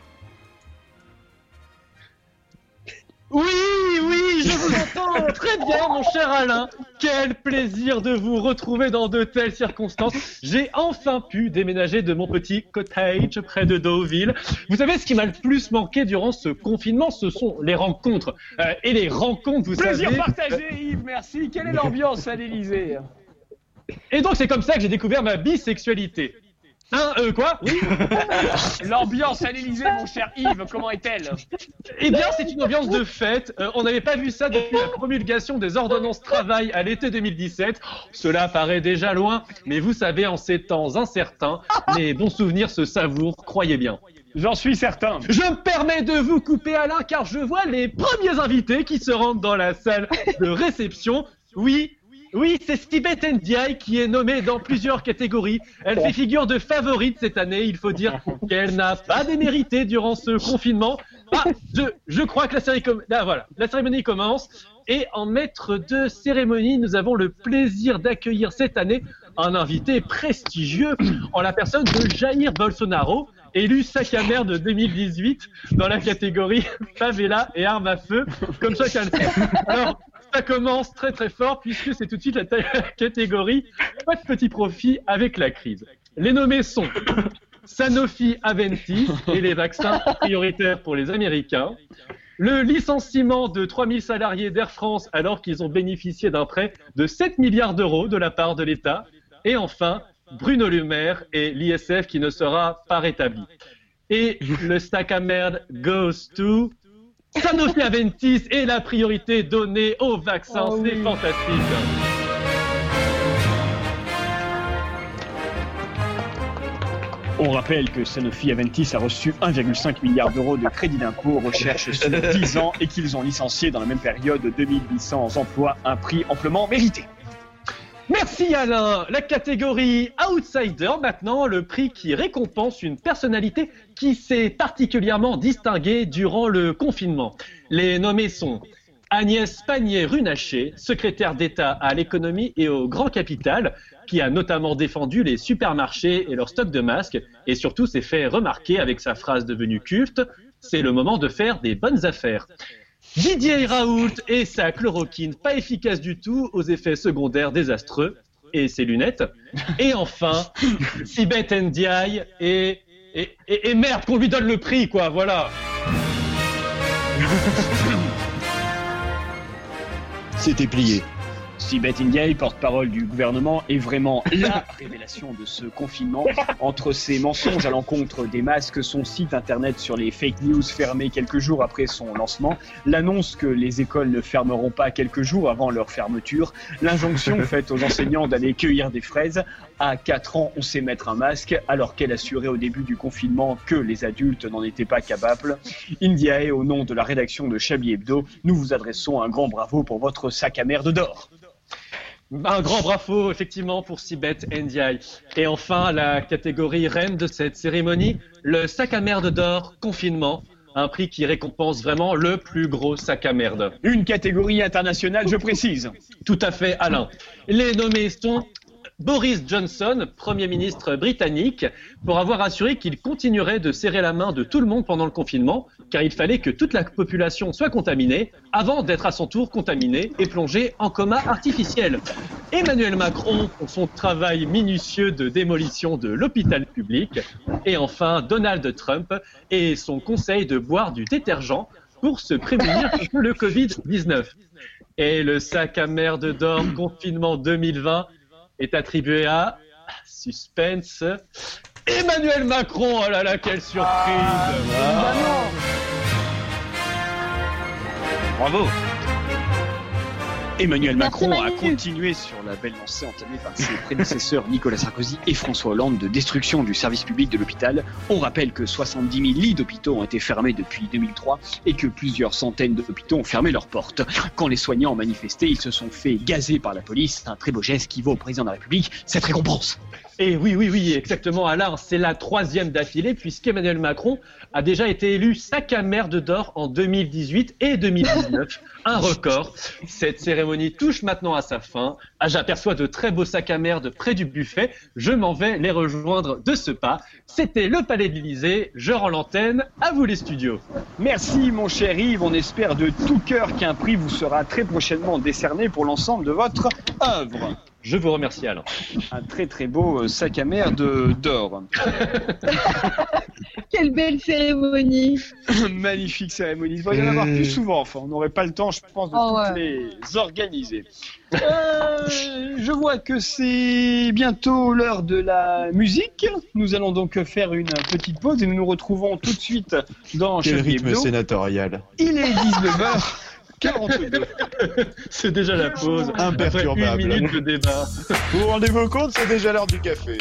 Oui, oui, je vous entends très bien, mon cher Alain. Quel plaisir de vous retrouver dans de telles circonstances. J'ai enfin pu déménager de mon petit cottage près de Deauville. Vous savez, ce qui m'a le plus manqué durant ce confinement, ce sont les rencontres. Euh, et les rencontres, vous
Plaisir
savez...
Plaisir partagé, Yves, merci. Quelle est l'ambiance à l'Élysée ?
Et donc, c'est comme ça que j'ai découvert ma bisexualité. Hein, euh, quoi ? Oui.
L'ambiance à l'Élysée, mon cher Yves, comment est-elle ?
Eh bien, c'est une ambiance de fête. Euh, on n'avait pas vu ça depuis la promulgation des ordonnances travail à l'été deux mille dix-sept. Oh, cela paraît déjà loin, mais vous savez, en ces temps incertains, les bons souvenirs se savourent, croyez bien.
J'en suis certain.
Je me permets de vous couper, Alain, car je vois les premiers invités qui se rendent dans la salle de réception. Oui. Oui, c'est Sibeth Ndiaye qui est nommée dans plusieurs catégories. Elle fait figure de favorite cette année. Il faut dire qu'elle n'a pas démérité durant ce confinement. Ah, je, je crois que la, série com- ah, voilà, la cérémonie commence. Et en maître de cérémonie, nous avons le plaisir d'accueillir cette année un invité prestigieux en la personne de Jair Bolsonaro, élu sac à merde deux mille dix-huit dans la catégorie favela et armes à feu, comme chacun le sait. Alors, ça commence très très fort puisque c'est tout de suite la, ta- la catégorie pas de petit profit avec la crise. Les nommés sont Sanofi Aventis et les vaccins prioritaires pour les Américains, le licenciement de trois mille salariés d'Air France alors qu'ils ont bénéficié d'un prêt de sept milliards d'euros de la part de l'État, et enfin Bruno Le Maire et l'I S F qui ne sera pas rétabli. Et le sac à merde goes to Sanofi Aventis et la priorité donnée aux vaccins, oh c'est oui. Fantastique.
On rappelle que Sanofi Aventis a reçu un virgule cinq milliard d'euros de crédit d'impôt recherche sur dix ans et qu'ils ont licencié dans la même période deux mille huit cents emplois, un prix amplement mérité.
Merci Alain. La catégorie Outsider maintenant, le prix qui récompense une personnalité qui s'est particulièrement distinguée durant le confinement. Les nommés sont Agnès Pannier-Runacher, secrétaire d'État à l'économie et au grand capital, qui a notamment défendu les supermarchés et leur stock de masques, et surtout s'est fait remarquer avec sa phrase devenue culte « C'est le moment de faire des bonnes affaires ». Didier Raoult et sa chloroquine pas efficace du tout, aux effets secondaires désastreux, et ses lunettes. Et enfin, Sibeth Ndiaye et, et, et, et merde qu'on lui donne le prix, quoi, voilà.
C'était plié.
Sibeth Ndiaye, porte-parole du gouvernement, est vraiment la révélation de ce confinement. Entre ses mensonges à l'encontre des masques, son site internet sur les fake news fermé quelques jours après son lancement, l'annonce que les écoles ne fermeront pas quelques jours avant leur fermeture, l'injonction faite aux enseignants d'aller cueillir des fraises. À quatre ans, on sait mettre un masque, alors qu'elle assurait au début du confinement que les adultes n'en étaient pas capables. Ndiaye, au nom de la rédaction de Chablis Hebdo, nous vous adressons un grand bravo pour votre sac à merde d'or.
Un grand bravo, effectivement, pour Sibeth Ndiaye. Et enfin, la catégorie reine de cette cérémonie, le sac à merde d'or confinement. Un prix qui récompense vraiment le plus gros sac à merde.
Une catégorie internationale, je précise.
Tout à fait, Alain. Les nommés sont Boris Johnson, Premier ministre britannique, pour avoir assuré qu'il continuerait de serrer la main de tout le monde pendant le confinement, car il fallait que toute la population soit contaminée avant d'être à son tour contaminée et plongée en coma artificiel. Emmanuel Macron pour son travail minutieux de démolition de l'hôpital public. Et enfin, Donald Trump et son conseil de boire du détergent pour se prémunir contre le covid dix-neuf. Et le sac à merde d'or confinement deux mille vingt est attribué à suspense Emmanuel Macron. Oh là là, quelle surprise! Ah,
ah. Bravo! Emmanuel Macron a continué sur la belle lancée entamée par ses prédécesseurs Nicolas Sarkozy et François Hollande de destruction du service public de l'hôpital. On rappelle que soixante-dix mille lits d'hôpitaux ont été fermés depuis deux mille trois et que plusieurs centaines d'hôpitaux ont fermé leurs portes. Quand les soignants ont manifesté, ils se sont fait gazer par la police. Un très beau geste qui vaut au président de la République cette récompense.
Et oui, oui, oui, exactement, Alain, c'est la troisième d'affilée puisqu'Emmanuel Macron a déjà été élu sac à merde d'or en deux mille dix-huit et deux mille dix-neuf. Un record. Cette cérémonie touche maintenant à sa fin. Ah, j'aperçois de très beaux sacs à merde près du buffet. Je m'en vais les rejoindre de ce pas. C'était le Palais de l'Élysée. Je rends l'antenne. À vous les studios.
Merci mon cher Yves. On espère de tout cœur qu'un prix vous sera très prochainement décerné pour l'ensemble de votre œuvre.
Je vous remercie Alain.
Un très très beau sac à merde d'or.
Quelle belle cérémonie.
Magnifique cérémonie. Il va y en avoir plus souvent. Enfin, on n'aurait pas le temps, je pense, de
oh,
toutes
ouais.
les organiser. Euh, je vois que c'est bientôt l'heure de la musique. Nous allons donc faire une petite pause et nous nous retrouvons tout de suite dans
Quel
Chablis
rythme
Hebdo.
sénatorial.
Il est dix-neuf heures quarante-deux.
C'est déjà la pause.
Imperturbable.
Après une minute de débat.
Vous vous rendez-vous compte, c'est déjà l'heure du café.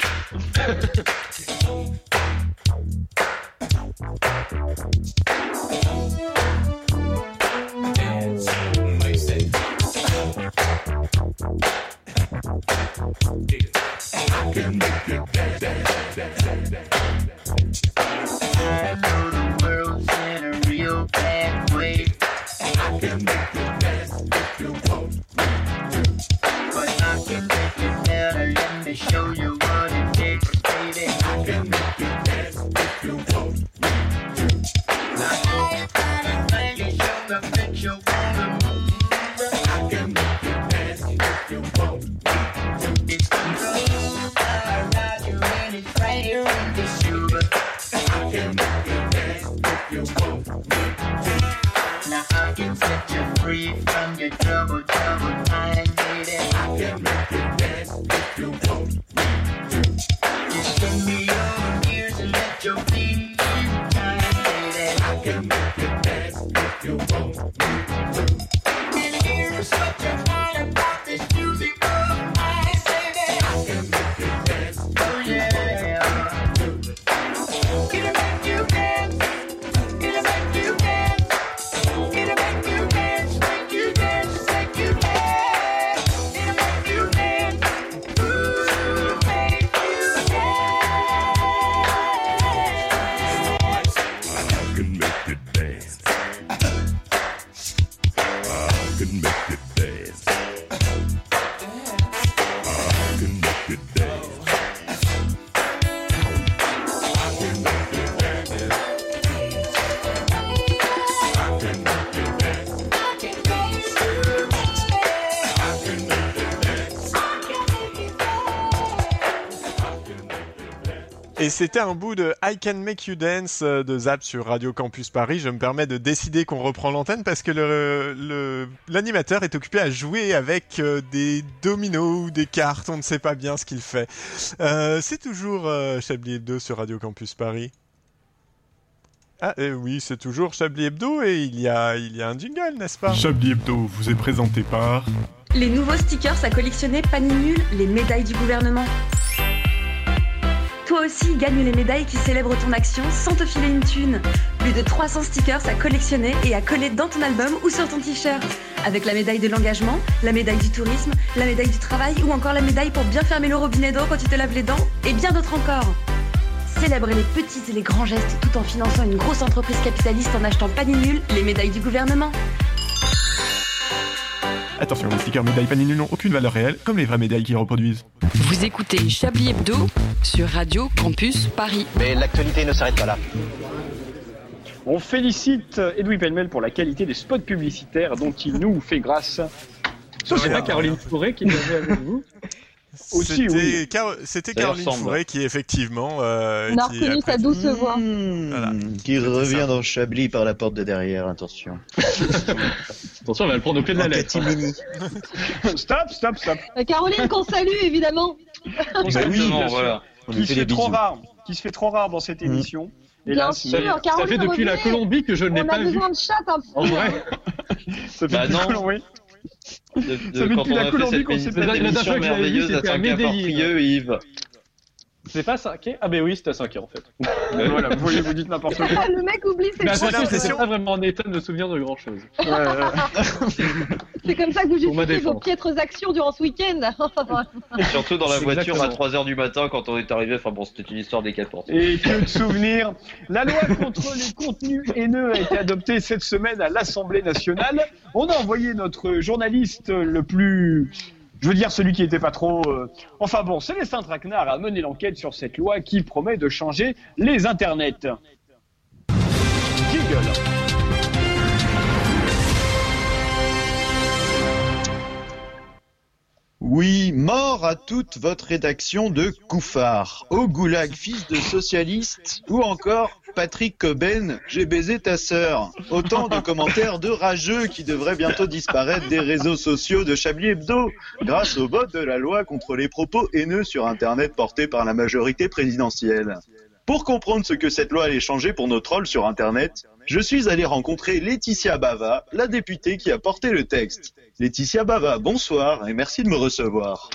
I can make you dance if you want me to. But I can make you better, let me show you what it takes, baby. I can make you dance if you want me to. Now everybody make it show the make you wanna move. I can make you dance if you want me to. It's the groove, I ride you and it's right here in the shoe. I can make you dance if you want me to. Now I can set you free from your trouble, trouble mind, baby. I can make you dance if you want me to. Just give me your ears and let your feet in time, baby. I can make you dance if you want me to. And here's what you find about this music of mine, baby. I can make you dance, oh yeah. It'll make you dance, it'll make you dance. It'll make you dance, make you dance, make you dance. It'll make you dance, ooh, make you dance.
I can make you dance. I can make you dance. I can make you dance.
Et c'était un bout de I Can Make You Dance de Zap sur Radio Campus Paris. Je me permets de décider qu'on reprend l'antenne parce que le, le, l'animateur est occupé à jouer avec euh, des dominos ou des cartes. On ne sait pas bien ce qu'il fait. Euh, c'est toujours euh, Chablis Hebdo sur Radio Campus Paris. Ah euh, oui, c'est toujours Chablis Hebdo et il y a, il y a un jingle, n'est-ce pas ?
Chablis Hebdo vous est présenté par...
Les nouveaux stickers à collectionner Panier Nul, les médailles du gouvernement. Toi aussi, gagne les médailles qui célèbrent ton action sans te filer une thune. Plus de trois cents stickers à collectionner et à coller dans ton album ou sur ton t-shirt. Avec la médaille de l'engagement, la médaille du tourisme, la médaille du travail ou encore la médaille pour bien fermer le robinet d'eau quand tu te laves les dents et bien d'autres encore. Célèbre les petits et les grands gestes tout en finançant une grosse entreprise capitaliste en achetant pas ni nul les médailles du gouvernement.
Attention, les stickers médailles Panini n'ont aucune valeur réelle, comme les vraies médailles qui les reproduisent.
Vous écoutez Chablis Hebdo sur Radio Campus Paris.
Mais l'actualité ne s'arrête pas là.
On félicite Edoui Pellemel pour la qualité des spots publicitaires dont il nous fait grâce. Sauf c'est pas Caroline Fourré qui l'avait avec vous. Aussi,
C'était,
oui.
Car... C'était
Ça
Caroline
ressemble.
Fourré qui effectivement euh,
On a
qui,
reconnu
après-
sa douce voix.
Mmh,
Voilà.
Qui
C'était
revient
ça.
dans Chablis par la porte de derrière, attention.
Attention, on va le prendre au pied de la
En
lettre.
catimini.
Stop, stop, stop.
Euh, Caroline qu'on salue évidemment.
Bah oui,
Exactement,
bien sûr.
voilà.
On
Qui
lui
se
fait
fait
des
trop
bisous.
rare, qui se fait trop rare dans cette émission. Et
Bien
là,
sûr,
ça,
Ça
Caroline,
fait depuis la
revenez.
Colombie que je ne l'ai
On
pas
a
vu.
besoin de chat un peu.
En vrai,
ça fait
Bah
depuis
non.
la Colombie.
De,
Ça
de,
fait
quand
depuis
on
la
a fait
Colombie
cette,
qu'on
émi-
s'est
cette
pas-
la dernière
émission
fois que je l'avais vu,
merveilleuse à
c'était à
cinq heures par
Medellin.
Prieux, Yves.
c'est pas cinq heures. Ah, ben oui, c'était à cinq heures en fait.
Voilà, vous voyez, vous dites n'importe quoi.
Le mec oublie ses
Mais à
j'ai
côté, je
l'impression-
n'étais pas vraiment en état de me souvenir de grand chose.
Ouais, ouais.
C'est comme ça que vous
Pour ma
justifiez vos
défense.
piètres actions durant ce week-end.
Surtout dans la voiture
Exactement.
à trois heures du matin quand on est arrivé. Enfin bon, c'était une histoire décapante.
Et que de souvenirs. La loi contre les contenus haineux a été adoptée cette semaine à l'Assemblée nationale. On a envoyé notre journaliste le plus... Je veux dire celui qui était pas trop... euh, Enfin bon, Célestin Traquenard a mené l'enquête sur cette loi qui promet de changer les internets. Jingle.
Oui, mort à toute votre rédaction de Couffard, au goulag fils de socialiste, ou encore Patrick Coben, j'ai baisé ta sœur. Autant de commentaires de rageux qui devraient bientôt disparaître des réseaux sociaux de Chablis Hebdo, grâce au vote de la loi contre les propos haineux sur Internet portés par la majorité présidentielle. Pour comprendre ce que cette loi allait changer pour nos trolls sur Internet, je suis allé rencontrer Laetitia Bava, la députée qui a porté le texte. Laetitia Bava, bonsoir et merci de me recevoir.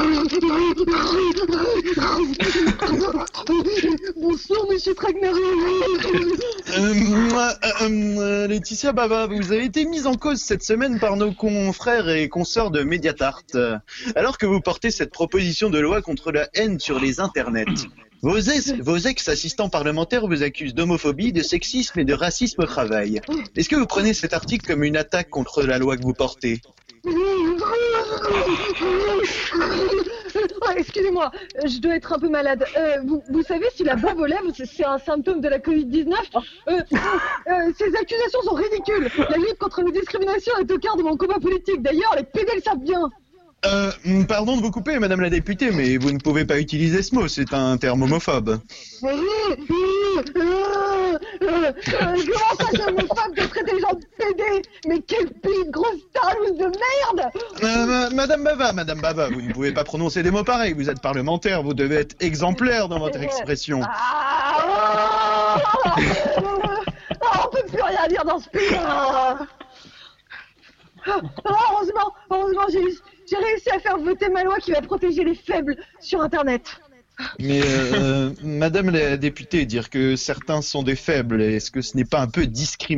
Bonsoir, monsieur Traquenard.
Euh, euh, euh, Laetitia Bava, vous avez été mise en cause cette semaine par nos confrères et consoeurs de Mediatart, euh, alors que vous portez cette proposition de loi contre la haine sur les internets. Vos, ex- vos ex-assistants parlementaires vous accusent d'homophobie, de sexisme et de racisme au travail. Est-ce que vous prenez cet article comme une attaque contre la loi que vous portez ?
Oh, excusez-moi, euh, je dois être un peu malade. Euh, vous, vous savez, si la bave aux lèvres, c'est c'est un symptôme de la covid dix-neuf, euh, euh, ces accusations sont ridicules. La lutte contre les discriminations est au cœur de mon combat politique. D'ailleurs, les P D le savent bien.
Euh, pardon de vous couper, madame la députée, mais vous ne pouvez pas utiliser ce mot, c'est un terme homophobe.
Euh, euh, comment ça, c'est homophobe de traiter les gens de P D? Mais quelle pile grosse tarlouse de merde!
Euh, ma- madame Bava, madame Bava, vous ne pouvez pas prononcer des mots pareils, vous êtes parlementaire, vous devez être exemplaire dans votre expression.
Ah, on peut plus rien dire dans ce pays. Ah, heureusement, heureusement, j'ai j'ai réussi à faire voter ma loi qui va protéger les faibles sur Internet.
Mais euh, madame la députée, dire que certains sont des faibles, est-ce que ce n'est pas un peu discriminant ?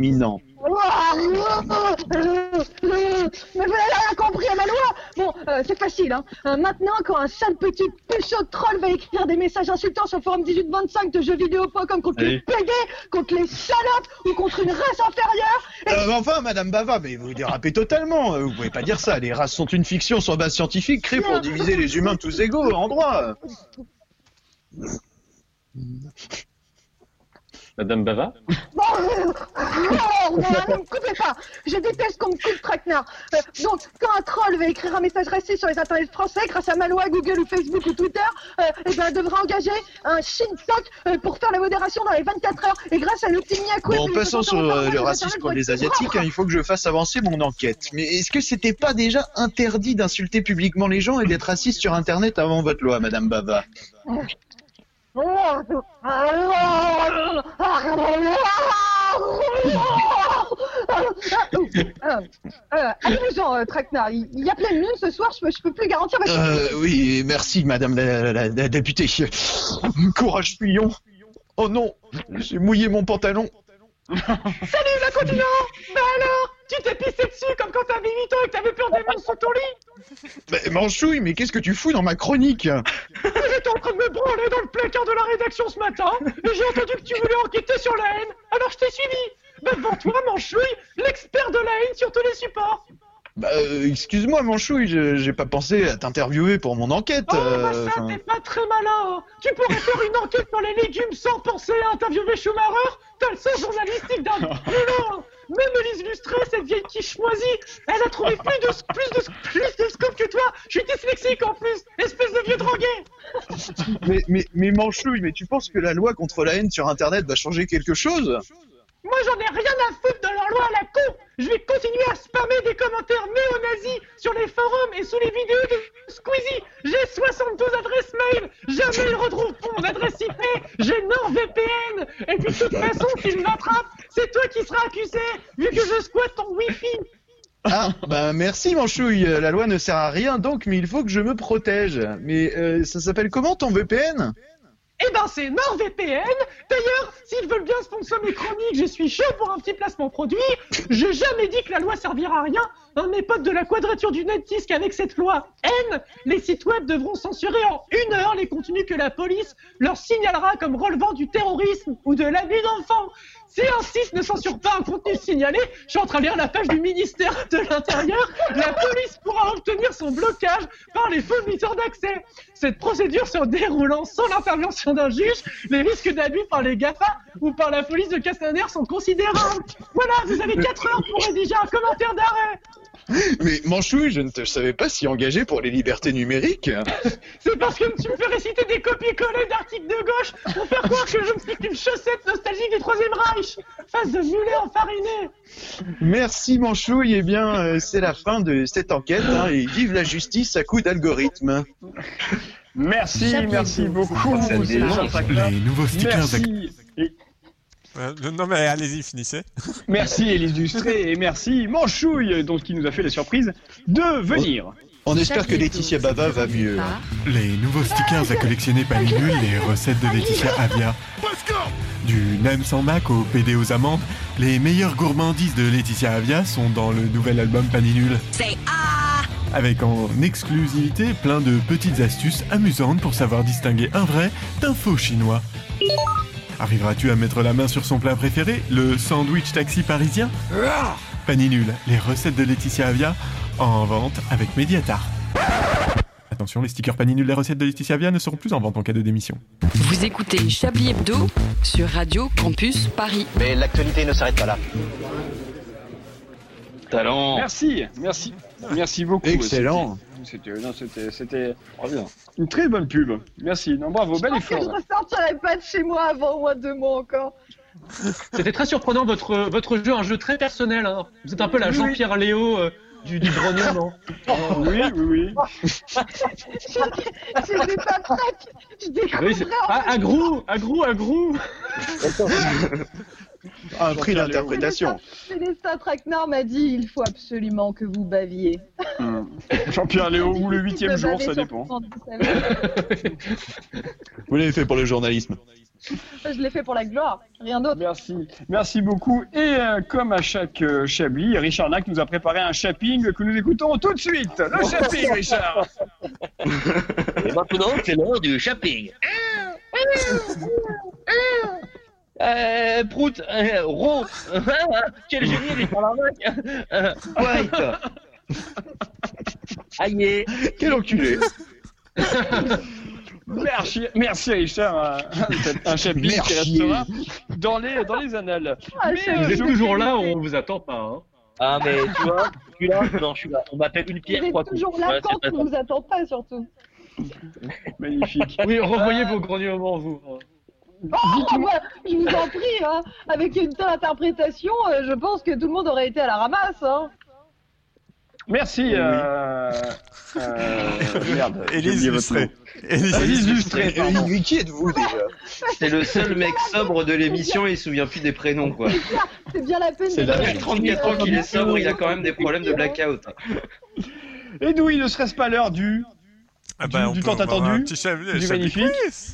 Mais vous n'avez rien compris à ma loi. Bon, euh, c'est facile, hein. Euh, maintenant, quand un sale petit pécho de troll va écrire des messages insultants sur le forum dix-huit vingt-cinq de jeux vidéo point com contre les
Allez.
P D, contre les salopes ou contre une race inférieure,
Euh, enfin, madame Bava, mais vous dérapez totalement, euh, vous pouvez pas dire ça, les races sont une fiction sur base scientifique créée pour diviser les humains tous égaux, en droit.
Madame Bava?
bon, euh, non, non, ne me coupez pas. Je déteste qu'on me coupe, Traquenard. Euh, donc, quand un troll va écrire un message raciste sur les internets français, grâce à ma loi, Google ou Facebook ou Twitter, euh, eh ben, devra engager un Shintok euh, pour faire la modération dans les vingt-quatre heures. Et grâce à l'outil Miakou...
Bon, passons sur euh, le racisme contre les Asiatiques, hein, il faut que je fasse avancer mon enquête. Mais est-ce que c'était pas déjà interdit d'insulter publiquement les gens et d'être raciste sur Internet avant votre loi, madame Bava ?
Euh, euh, Allez-vous-en, euh, Traquenard. Il il y a pleine lune ce soir, je peux, je peux plus garantir votre
Euh, oui, merci, madame la, la- la députée. Courage, fuyons. Oh non, j'ai mouillé mon pantalon.
Salut la continent. Bah alors, tu t'es pissé dessus comme quand t'avais huit ans et que t'avais peur des monstres sous ton lit.
Bah, Manchouille, mais qu'est-ce que tu fous dans ma chronique?
J'étais en train de me branler dans le placard de la rédaction ce matin et j'ai entendu que tu voulais enquêter sur la haine, alors je t'ai suivi. Bah devant toi, Manchouille, l'expert de la haine sur tous les supports.
Bah, euh, excuse-moi, Manchouille, je- j'ai pas pensé à t'interviewer pour mon enquête.
Oh, bah
euh,
ça,
enfin.
t'es pas très malin. Tu pourrais faire une enquête sur les légumes sans penser à interviewer Schumacher. T'as le sens journalistique d'un... Mais non, même Elise Lustré, cette vieille quiche moisie, elle a trouvé plus de, plus de, plus de scope que toi. Je suis dyslexique en plus, espèce de vieux drogué.
mais, mais, mais Manchouille, mais tu penses que la loi contre la haine sur Internet va changer quelque chose?
Moi, j'en ai rien à foutre de leur loi à la con. Je vais continuer à spammer des commentaires néo-nazis sur les forums et sous les vidéos de Squeezie. J'ai soixante-douze adresses mail. Jamais ils retrouveront mon adresse I P. J'ai NordVPN. Et puis, de toute façon, s'ils m'attrapent, c'est toi qui seras accusé, vu que je squatte ton Wi-Fi.
Ah, bah merci Manchouille, la loi ne sert à rien donc, mais il faut que je me protège. Mais euh, ça s'appelle comment ton V P N?
Eh ben, c'est NordVPN. D'ailleurs, s'ils veulent bien sponsor mes chroniques, je suis chaud pour un petit placement produit. J'ai jamais dit que la loi servira à rien. Un de mes potes de la quadrature du net disent qu'avec cette loi N, les sites web devront censurer en une heure les contenus que la police leur signalera comme relevant du terrorisme ou de l'abus d'enfants. Si un site ne censure pas un contenu signalé, je suis en train de lire la page du ministère de l'Intérieur, la police pourra obtenir son blocage par les fournisseurs d'accès. Cette procédure se déroulant sans l'intervention d'un juge, les risques d'abus par les GAFA ou par la police de Castaner sont considérables. Voilà, vous avez quatre heures pour rédiger un commentaire d'arrêt.
Mais Manchouille, je ne te savais pas si engagé pour les libertés numériques.
C'est parce que tu me fais réciter des copier-coller d'articles de gauche pour faire croire que je ne suis qu'une chaussette nostalgique du Troisième Reich, face de mulet enfariné.
Merci Manchouille, eh bien euh, c'est la fin de cette enquête hein, et vive la justice à coup d'algorithme.
Merci, merci beaucoup.
Les nouveaux stickers.
Merci. Et-
Euh, non mais allez-y, finissez.
Merci Élise Lustré et merci Manchouille, donc qui nous a fait la surprise de venir.
On espère que Laetitia Bava va mieux. hein.
Les nouveaux stickers à collectionner Paninule, les recettes de Laetitia Avia. Du nem sans mac au P D aux amandes, les meilleures gourmandises de Laetitia Avia sont dans le nouvel album Paninule.
C'est A.
Avec en exclusivité plein de petites astuces amusantes pour savoir distinguer un vrai d'un faux chinois. Arriveras-tu à mettre la main sur son plat préféré, le sandwich taxi parisien? Paninule, les recettes de Laetitia Avia, en vente avec Mediatart. Attention, les stickers Paninule, les recettes de Laetitia Avia ne seront plus en vente en cas de démission.
Vous écoutez Chablis Hebdo sur Radio Campus Paris.
Mais l'actualité ne s'arrête pas là.
Talent.
Merci, merci, merci beaucoup.
Excellent.
C'était, non, c'était, c'était oh, bien. Une très bonne pub. Merci, non, bravo, bel
Je pense que je
effort.
ne ressortirai pas de chez moi avant au moins deux mois encore.
C'était très surprenant votre, votre jeu, un jeu très personnel. Hein. Vous êtes un peu la
Oui,
Jean-Pierre Léo euh, du, du grenier, non?
Oui, oui, oui.
Je n'étais pas prête. Je
Oui, c'est...
découvrais
Ah, Agrou, Agrou, Agrou.
Un prix d'interprétation.
Célestin Traquenard m'a dit il faut absolument que vous baviez.
Hum. Jean-Pierre Léo ou le huitième jour, ça dépend.
Vous l'avez fait pour le journalisme.
Je l'ai fait pour la gloire, rien d'autre.
Merci, merci beaucoup. Et euh, comme à chaque euh, Chablis, Richard Nack nous a préparé un shopping que nous écoutons tout de suite. Le shopping, Richard.
Et maintenant, c'est l'heure du shopping.
Euh, Prout, euh, Ro, quel génie, Richard Larnac. Euh, White. Aïe.
Quel enculé.
Merci, merci Richard, un, un chapitre qui restera dans les, dans les annales.
Ah,
Mais,
Vous
euh,
êtes
je-
toujours là, on vous attend pas. Hein.
Ah, mais tu vois, je suis là, non, je suis là. On m'appelle une pierre,
Vous
trois
êtes
coups.
toujours là
Ouais,
quand
c'est
on ne vous attend pas surtout.
Magnifique.
Oui, revoyez vos grognements, vous.
Oh, bah, je vous en prie, hein, avec une telle interprétation, euh, je pense que tout le monde aurait été à la ramasse. Hein.
Merci. Euh... euh... Merde.
Élise Lustré.
Élise Lustré. pardon.
Qui êtes-vous déjà?
C'est le seul mec sobre de l'émission, il se souvient plus des prénoms, quoi.
C'est bien la peine.
C'est
de-
la-
Il y a trente-quatre ans qu'il est sobre, il a quand même des problèmes de blackout.
Edoui, ne serait-ce pas l'heure du...
Ah
du,
bah, on
du
peut
temps
avoir
attendu,
un petit chablis-
du
chablis
magnifique.
quiz.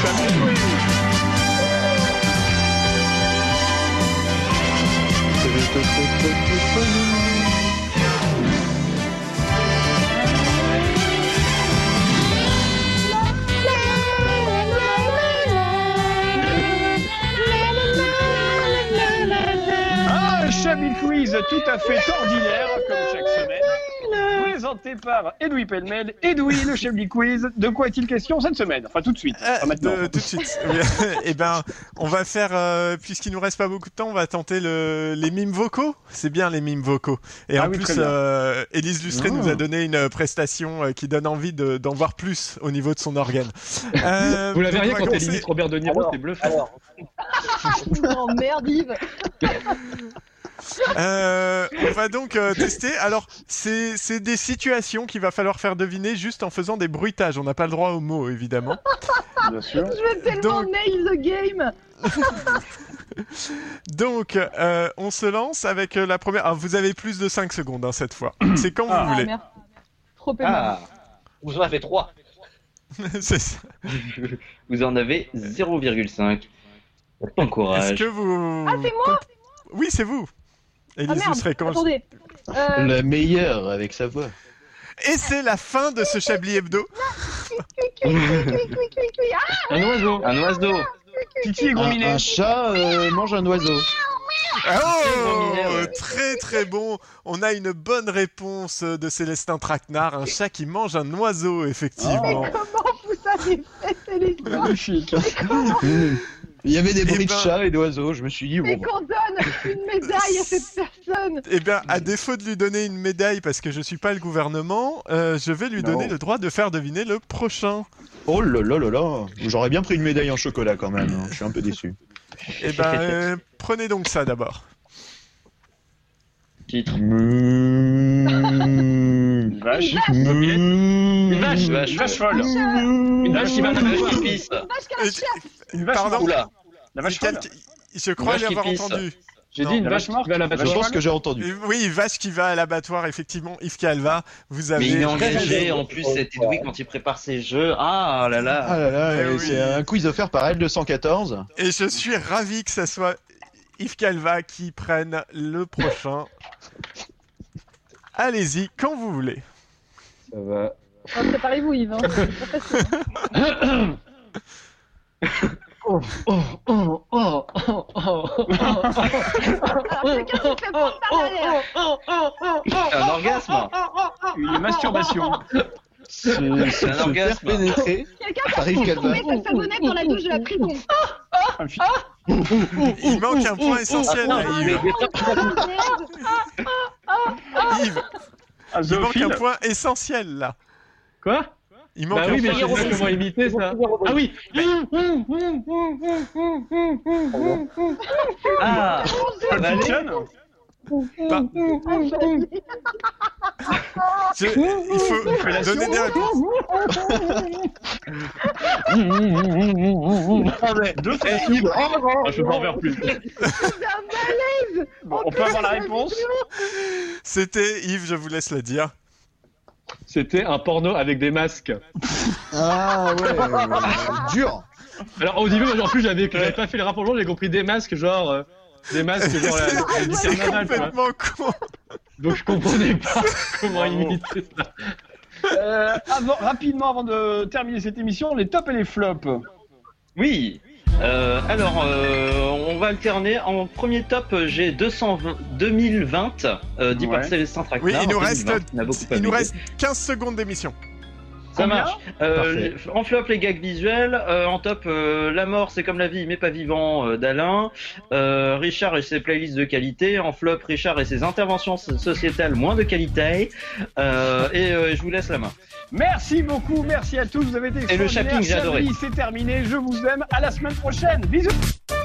Ah, un Chablis Quiz tout à fait ordinaire, comme chaque semaine. Présenté par Edoui Pellemel. Edoui, le Chablis Quiz. De quoi est-il question cette semaine? Enfin, tout de suite.
Euh,
Pas maintenant.
de- tout de suite. Eh ben, on va faire, euh, puisqu'il nous reste pas beaucoup de temps, on va tenter le, les mimes vocaux. C'est bien les mimes vocaux. Et
Ah
en
oui,
plus,
très bien.
euh, Élise Lustré
Ah.
nous a donné une prestation euh, qui donne envie de- d'en voir plus au niveau de son organe. Euh,
Vous l'avez
donc,
rien
on va
quand elle
commencer-
imite Robert De Niro, c'est bluffant.
Non, merde, Yves.
Euh, on va donc euh, tester. Alors, c'est c'est des situations qu'il va falloir faire deviner juste en faisant des bruitages. On n'a pas le droit aux mots, évidemment.
Bien sûr.
Je vais tellement
Donc-
nail the game.
Donc, euh, on se lance avec euh, la première. Ah, vous avez plus de cinq secondes hein, cette fois. C'est quand
Ah,
vous voulez.
merde. Trop aimable.
Ah, vous en avez trois.
C'est ça.
Vous en avez zéro virgule cinq. Bon courage.
Est-ce que vous.
Ah, c'est moi.
Oui, c'est vous.
Ah
Élise
merde,
Lustré, comment-
attendez. Euh...
La meilleure avec sa voix.
Et c'est la fin de ce Chablis Hebdo.
Cui, cui, cui, cui, cui, cui. Ah,
Un oiseau.
Un oiseau.
Titi et
Un,
Grominet.
un chat euh, mange un oiseau.
Oh,
Grominet, ouais.
très très bon. On a une bonne réponse de Célestin Traquenard. Un chat qui mange un oiseau, effectivement.
comment vous savez fait les histoires?
Magnifique.
Il y avait des
Eh
bruits
ben-
de chats et d'oiseaux. Je me suis dit,
Et
bon,
qu'on donne une médaille à cette personne.
Eh bien, à défaut de lui donner une médaille parce que je suis pas le gouvernement, euh, je vais lui
Non.
donner le droit de faire deviner le prochain.
oh là là là là. J'aurais bien pris une médaille en chocolat quand même. hein. Je suis un peu déçu.
Eh ben, euh, prenez donc ça d'abord.
Titre.
Mmh.
Une vache.
Mmh.
Une vache.
Une vache.
Une vache folle. Une vache qui va
Une vache qui pisse.
Vache qui a la chiasse.
Une vache
Pardon.
morte.
Oula.
La vache
C'est
folle.
quel- Je crois
vache qui
l'avoir
pisse.
entendu.
J'ai
Non,
dit une
la
vache
vache
qui
morte.
va à
Je
l'abattoir.
pense que j'ai entendu.
Euh, Oui, vache qui va à l'abattoir, effectivement. Yves Calva, vous avez.
Mais il est
très
engagé
raison.
en plus, cet Edoui quand il prépare ses jeux. Ah là là.
Ah là là,
Eh
euh,
oui.
c'est un quiz offert par L deux cent quatorze.
Et je suis ravi que ça soit Yves Calva qui prenne le prochain. Allez-y, quand vous voulez.
Ça va.
Oh, préparez-vous, Yves. Hein. C'est pas facile.
Oh, oh, oh, oh, oh, oh, oh,
Alors, chacun se fait prendre par la l'air.
C'est un orgasme.
Une masturbation.
Se, se,
C'est un
se faire
orgasme.
pénétrer
Quelqu'un
par Yves
peut
Calva.
trouver sa savonnette dans la douche de la prison.
Il manque un point essentiel, là,
Attends,
Yves.
mais-
Yves,
Un
il manque
zoophile.
un point essentiel, là.
Quoi?
Il manque
Bah
un
oui, mais
point
je sais pas
essentiel.
comment imiter ça. Ah oui.
Ah,
Pulp
avalé.
Fiction.
Bah, je- il faut donner des réponses.
Deux fois.
Ah, je peux pas en faire plus.
C'est un malaise.
Bon, on peut avoir la réponse.
C'était Yves, je vous laisse le dire.
C'était un porno avec des masques.
Ah ouais, euh, dur.
Alors au début, moi, en plus, j'avais j'avais pas fait le rapprochement, j'ai compris des masques, genre euh, des masques, genre la, la, du
C'est
carnaval, quoi.
complètement con.
Donc je comprenais pas comment imiter ça.
Euh, avant, rapidement, avant de terminer cette émission, les tops et les flops.
Oui. Euh, alors, euh, on va alterner. En premier top, j'ai deux cent vingt, deux mille vingt, euh, dit par
Ouais.
Célestin Traquenard.
Oui, il nous
en
reste,
deux mille vingt, on a beaucoup
il nous
abusé.
reste quinze secondes d'émission.
Ça
Combien
marche. Euh,
Parfait.
en flop, les gags visuels. Euh, en top, euh, La mort, c'est comme la vie, mais pas vivant, euh, d'Alain. Euh, Richard et ses playlists de qualité. En flop, Richard et ses interventions so- sociétales moins de qualité. Euh, et euh, je vous laisse la main.
Merci beaucoup, merci à tous, vous avez été
Et le
extraordinaires.
shopping, j'ai adoré.
Chablis, c'est terminé, je vous aime, à la semaine prochaine, bisous.